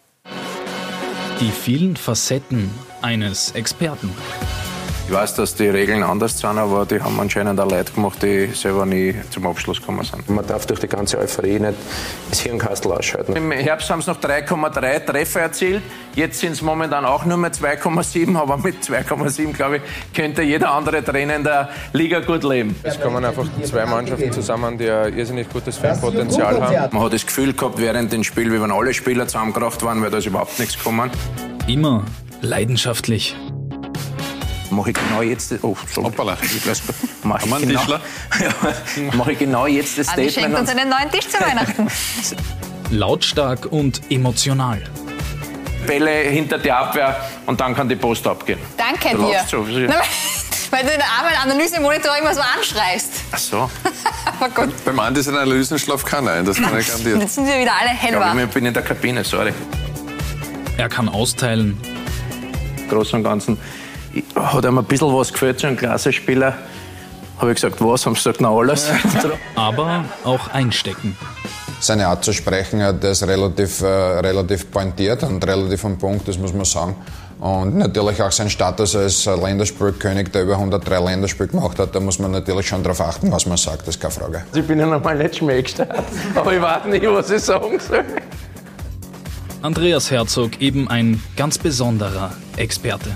Die vielen Facetten eines Experten. Ich weiß, dass die Regeln anders sind, aber die haben anscheinend auch Leute gemacht, die selber nie zum Abschluss gekommen sind. Man darf durch die ganze Euphorie nicht das Hirnkastel ausschalten. Im Herbst haben sie noch drei Komma drei Treffer erzielt. Jetzt sind es momentan auch nur mehr zwei Komma sieben. Aber mit zwei Komma sieben, glaube ich, könnte jeder andere Trainer in der Liga gut leben. Es kommen einfach zwei Mannschaften zusammen, die ein irrsinnig gutes Fanpotenzial haben. Man hat das Gefühl gehabt, während dem Spiel, wie wenn alle Spieler zusammengebracht waren, weil da ist überhaupt nichts gekommen. Immer leidenschaftlich. Mache ich genau jetzt das, oh, Hoppala. Mache ich, genau, ja, mach ich genau jetzt das Andi Statement. schenkt uns einen neuen Tisch zu Weihnachten. Lautstark und emotional. Bälle hinter die Abwehr und dann kann die Post abgehen. Danke da dir. So. Nein, weil du in der Arbeit Analysemonitor immer so anschreist. Ach so. Aber gut. Beim Andi sein Analysenschlaf kann er ein, das kann er garantiert. Jetzt sind wir wieder alle hellwach. Ja, ich bin in der Kabine, sorry. Er kann austeilen. Im Großen und Ganzen hat ihm ein bisschen was gefällt, so ein Klassenspieler. Habe ich gesagt, was? Haben sie gesagt, na alles. Aber auch einstecken. Seine Art zu sprechen, der ist relativ, äh, relativ pointiert und relativ am Punkt, das muss man sagen. Und natürlich auch sein Status als Länderspielkönig, der über hundertdrei Länderspiele gemacht hat, da muss man natürlich schon darauf achten, was man sagt, das ist keine Frage. Ich bin ja noch mal nicht gestartet, aber ich weiß nicht, was ich sagen soll. Andreas Herzog, eben ein ganz besonderer Experte.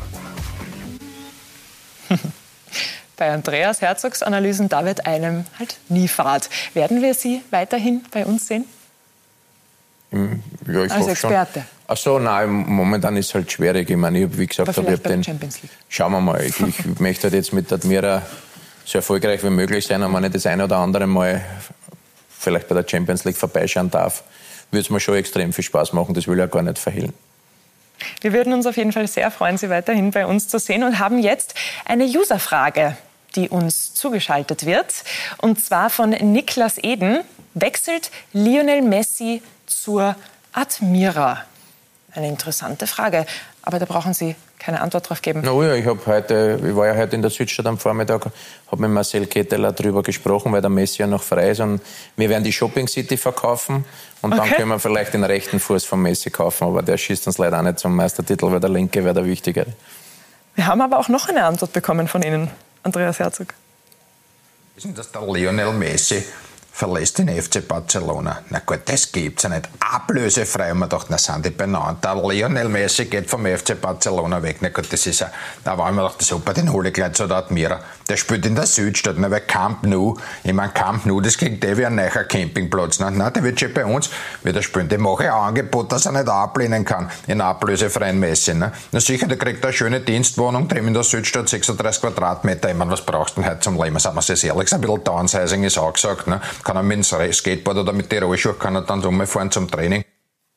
Bei Andreas Herzogs Analysen, da wird einem halt nie Fahrt. Werden wir Sie weiterhin bei uns sehen? Ja, ich Als Experte? Schon. Ach so, nein, momentan ist es halt schwierig. Ich meine, ich habe, wie gesagt, Aber hab, ich vielleicht bei der den, Champions League. Schauen wir mal. Ich, ich möchte halt jetzt mit Admira so erfolgreich wie möglich sein. Und wenn ich das eine oder andere Mal vielleicht bei der Champions League vorbeischauen darf, würde es mir schon extrem viel Spaß machen. Das will ich ja gar nicht verhehlen. Wir würden uns auf jeden Fall sehr freuen, Sie weiterhin bei uns zu sehen und haben jetzt eine Userfrage, die uns zugeschaltet wird. Und zwar von Niklas Eden. Wechselt Lionel Messi zur Admira? Eine interessante Frage, aber da brauchen Sie keine Antwort drauf geben. Na ja, ich, hab heute, ich war ja heute in der Südstadt am Vormittag, habe mit Marcel Ketteler darüber gesprochen, weil der Messi ja noch frei ist. Und wir werden die Shopping City verkaufen und okay. Dann können wir vielleicht den rechten Fuß von Messi kaufen. Aber der schießt uns leider auch nicht zum Meistertitel, weil der linke wäre der wichtigere. Wir haben aber auch noch eine Antwort bekommen von Ihnen, Andreas Herzog. Wissen, dass der Lionel Messi verlässt den F C Barcelona. Na gut, das gibt's ja nicht. Ablösefrei. Und man dachte, na sind die benannt. Der Lionel Messi geht vom F C Barcelona weg. Na gut, das ist ja, da war ich mir gedacht, super, den hole ich gleich zu der Admira. Der spielt in der Südstadt, na, weil Camp Nou, ich meine Camp Nou, das klingt eh wie ein neuer Campingplatz. Na, na, der wird schon bei uns wieder spielen. Dem mache ich ein Angebot, dass er nicht ablehnen kann, in ablösefreien Messi. Ne? Na sicher, der kriegt eine schöne Dienstwohnung, drüben in der Südstadt, sechsunddreißig Quadratmeter. Ich meine, was brauchst du denn heute zum Leben? Sagen wir es ehrlich, ein bisschen Downsizing ist auch gesagt. Ne? Kann er mit dem Skateboard oder mit den Rollschuhen kann er dann rumfahren zum Training.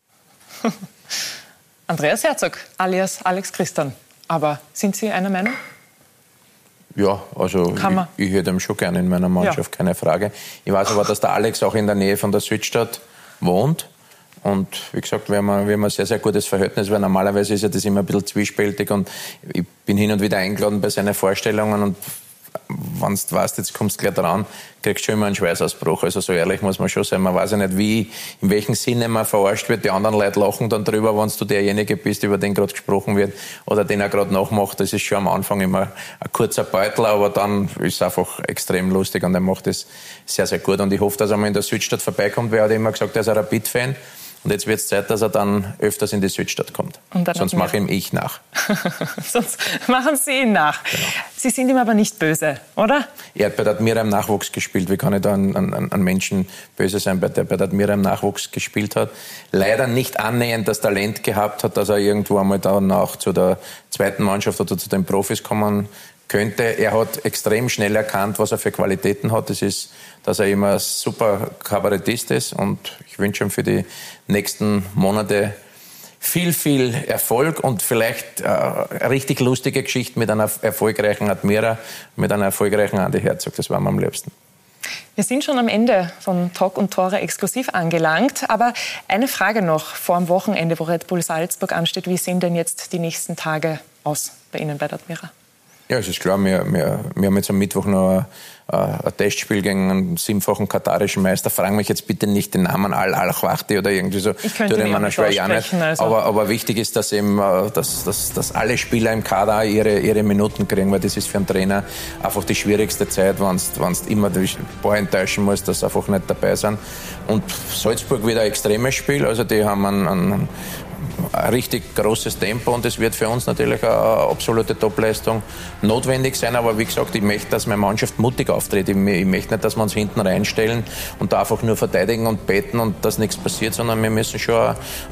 Andreas Herzog, alias Alex Christian. Aber sind Sie einer Meinung? Ja, also ich, ich hätte ihn schon gerne in meiner Mannschaft, ja. Keine Frage. Ich weiß aber, dass der Alex auch in der Nähe von der Südstadt wohnt. Und wie gesagt, wir haben, ein, wir haben ein sehr, sehr gutes Verhältnis, weil normalerweise ist ja das immer ein bisschen zwiespältig und ich bin hin und wieder eingeladen bei seinen Vorstellungen und wenn du weißt, jetzt kommst du gleich dran, kriegst du schon immer einen Schweißausbruch. Also so ehrlich muss man schon sein. Man weiß ja nicht, wie, in welchem Sinne man verarscht wird. Die anderen Leute lachen dann drüber, wenn du derjenige bist, über den gerade gesprochen wird oder den er gerade nachmacht. Das ist schon am Anfang immer ein kurzer Beutel, aber dann ist es einfach extrem lustig und er macht das sehr, sehr gut. Und ich hoffe, dass er mal in der Südstadt vorbeikommt, weil er hat immer gesagt, er ist ein Rapid-Fan. Und jetzt wird es Zeit, dass er dann öfters in die Südstadt kommt. Sonst mache ihm ich nach. Sonst machen Sie ihn nach. Genau. Sie sind ihm aber nicht böse, oder? Er hat bei der Admira im Nachwuchs gespielt. Wie kann ich da an, an, an Menschen böse sein, der bei der Admira im Nachwuchs gespielt hat? Leider nicht annähernd das Talent gehabt hat, dass er irgendwo einmal dann auch zu der zweiten Mannschaft oder zu den Profis kommen könnte. Er hat extrem schnell erkannt, was er für Qualitäten hat. Das ist, dass er immer ein super Kabarettist ist und ich wünsche ihm für die nächsten Monate viel, viel Erfolg und vielleicht äh, eine richtig lustige Geschichte mit einer erfolgreichen Admira, mit einer erfolgreichen Andi Herzog. Das war mir am liebsten. Wir sind schon am Ende von Talk und Tore exklusiv angelangt. Aber eine Frage noch vor dem Wochenende, wo Red Bull Salzburg ansteht. Wie sehen denn jetzt die nächsten Tage aus bei Ihnen bei der Admira? Ja, es ist klar, wir, wir, wir haben jetzt am Mittwoch noch ein, ein Testspiel gegen einen siebenfachen katarischen Meister. Fragen mich jetzt bitte nicht den Namen Al-Al-Khwati oder irgendwie so. Ich könnte ihn nicht aussprechen. Also. Aber, aber wichtig ist, dass, eben, dass, dass, dass alle Spieler im Kader ihre, ihre Minuten kriegen, weil das ist für einen Trainer einfach die schwierigste Zeit, wenn du immer ein paar enttäuschen musst, dass sie einfach nicht dabei sind. Und Salzburg wieder ein extremes Spiel, also die haben einen, einen ein richtig großes Tempo und es wird für uns natürlich eine absolute Topleistung notwendig sein. Aber wie gesagt, ich möchte, dass meine Mannschaft mutig auftritt. Ich, ich möchte nicht, dass wir uns hinten reinstellen und da einfach nur verteidigen und beten und dass nichts passiert, sondern wir müssen schon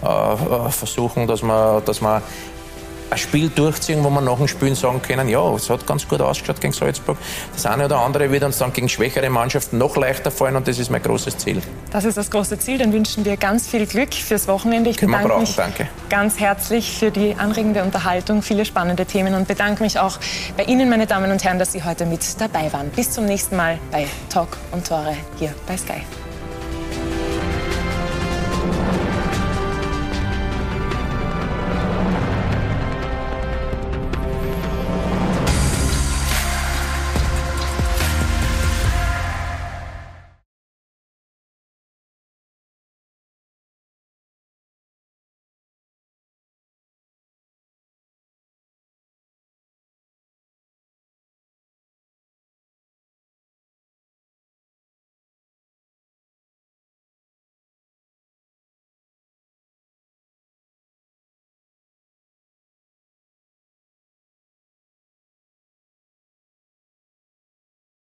äh, versuchen, dass wir, dass wir ein Spiel durchziehen, wo wir nach dem Spielen sagen können, ja, es hat ganz gut ausgeschaut gegen Salzburg. Das eine oder andere wird uns dann gegen schwächere Mannschaften noch leichter fallen und das ist mein großes Ziel. Das ist das große Ziel, dann wünschen wir ganz viel Glück fürs Wochenende. Ich Können bedanke brauchen, mich danke. ganz herzlich für die anregende Unterhaltung, viele spannende Themen und bedanke mich auch bei Ihnen, meine Damen und Herren, dass Sie heute mit dabei waren. Bis zum nächsten Mal bei Talk und Tore hier bei Sky.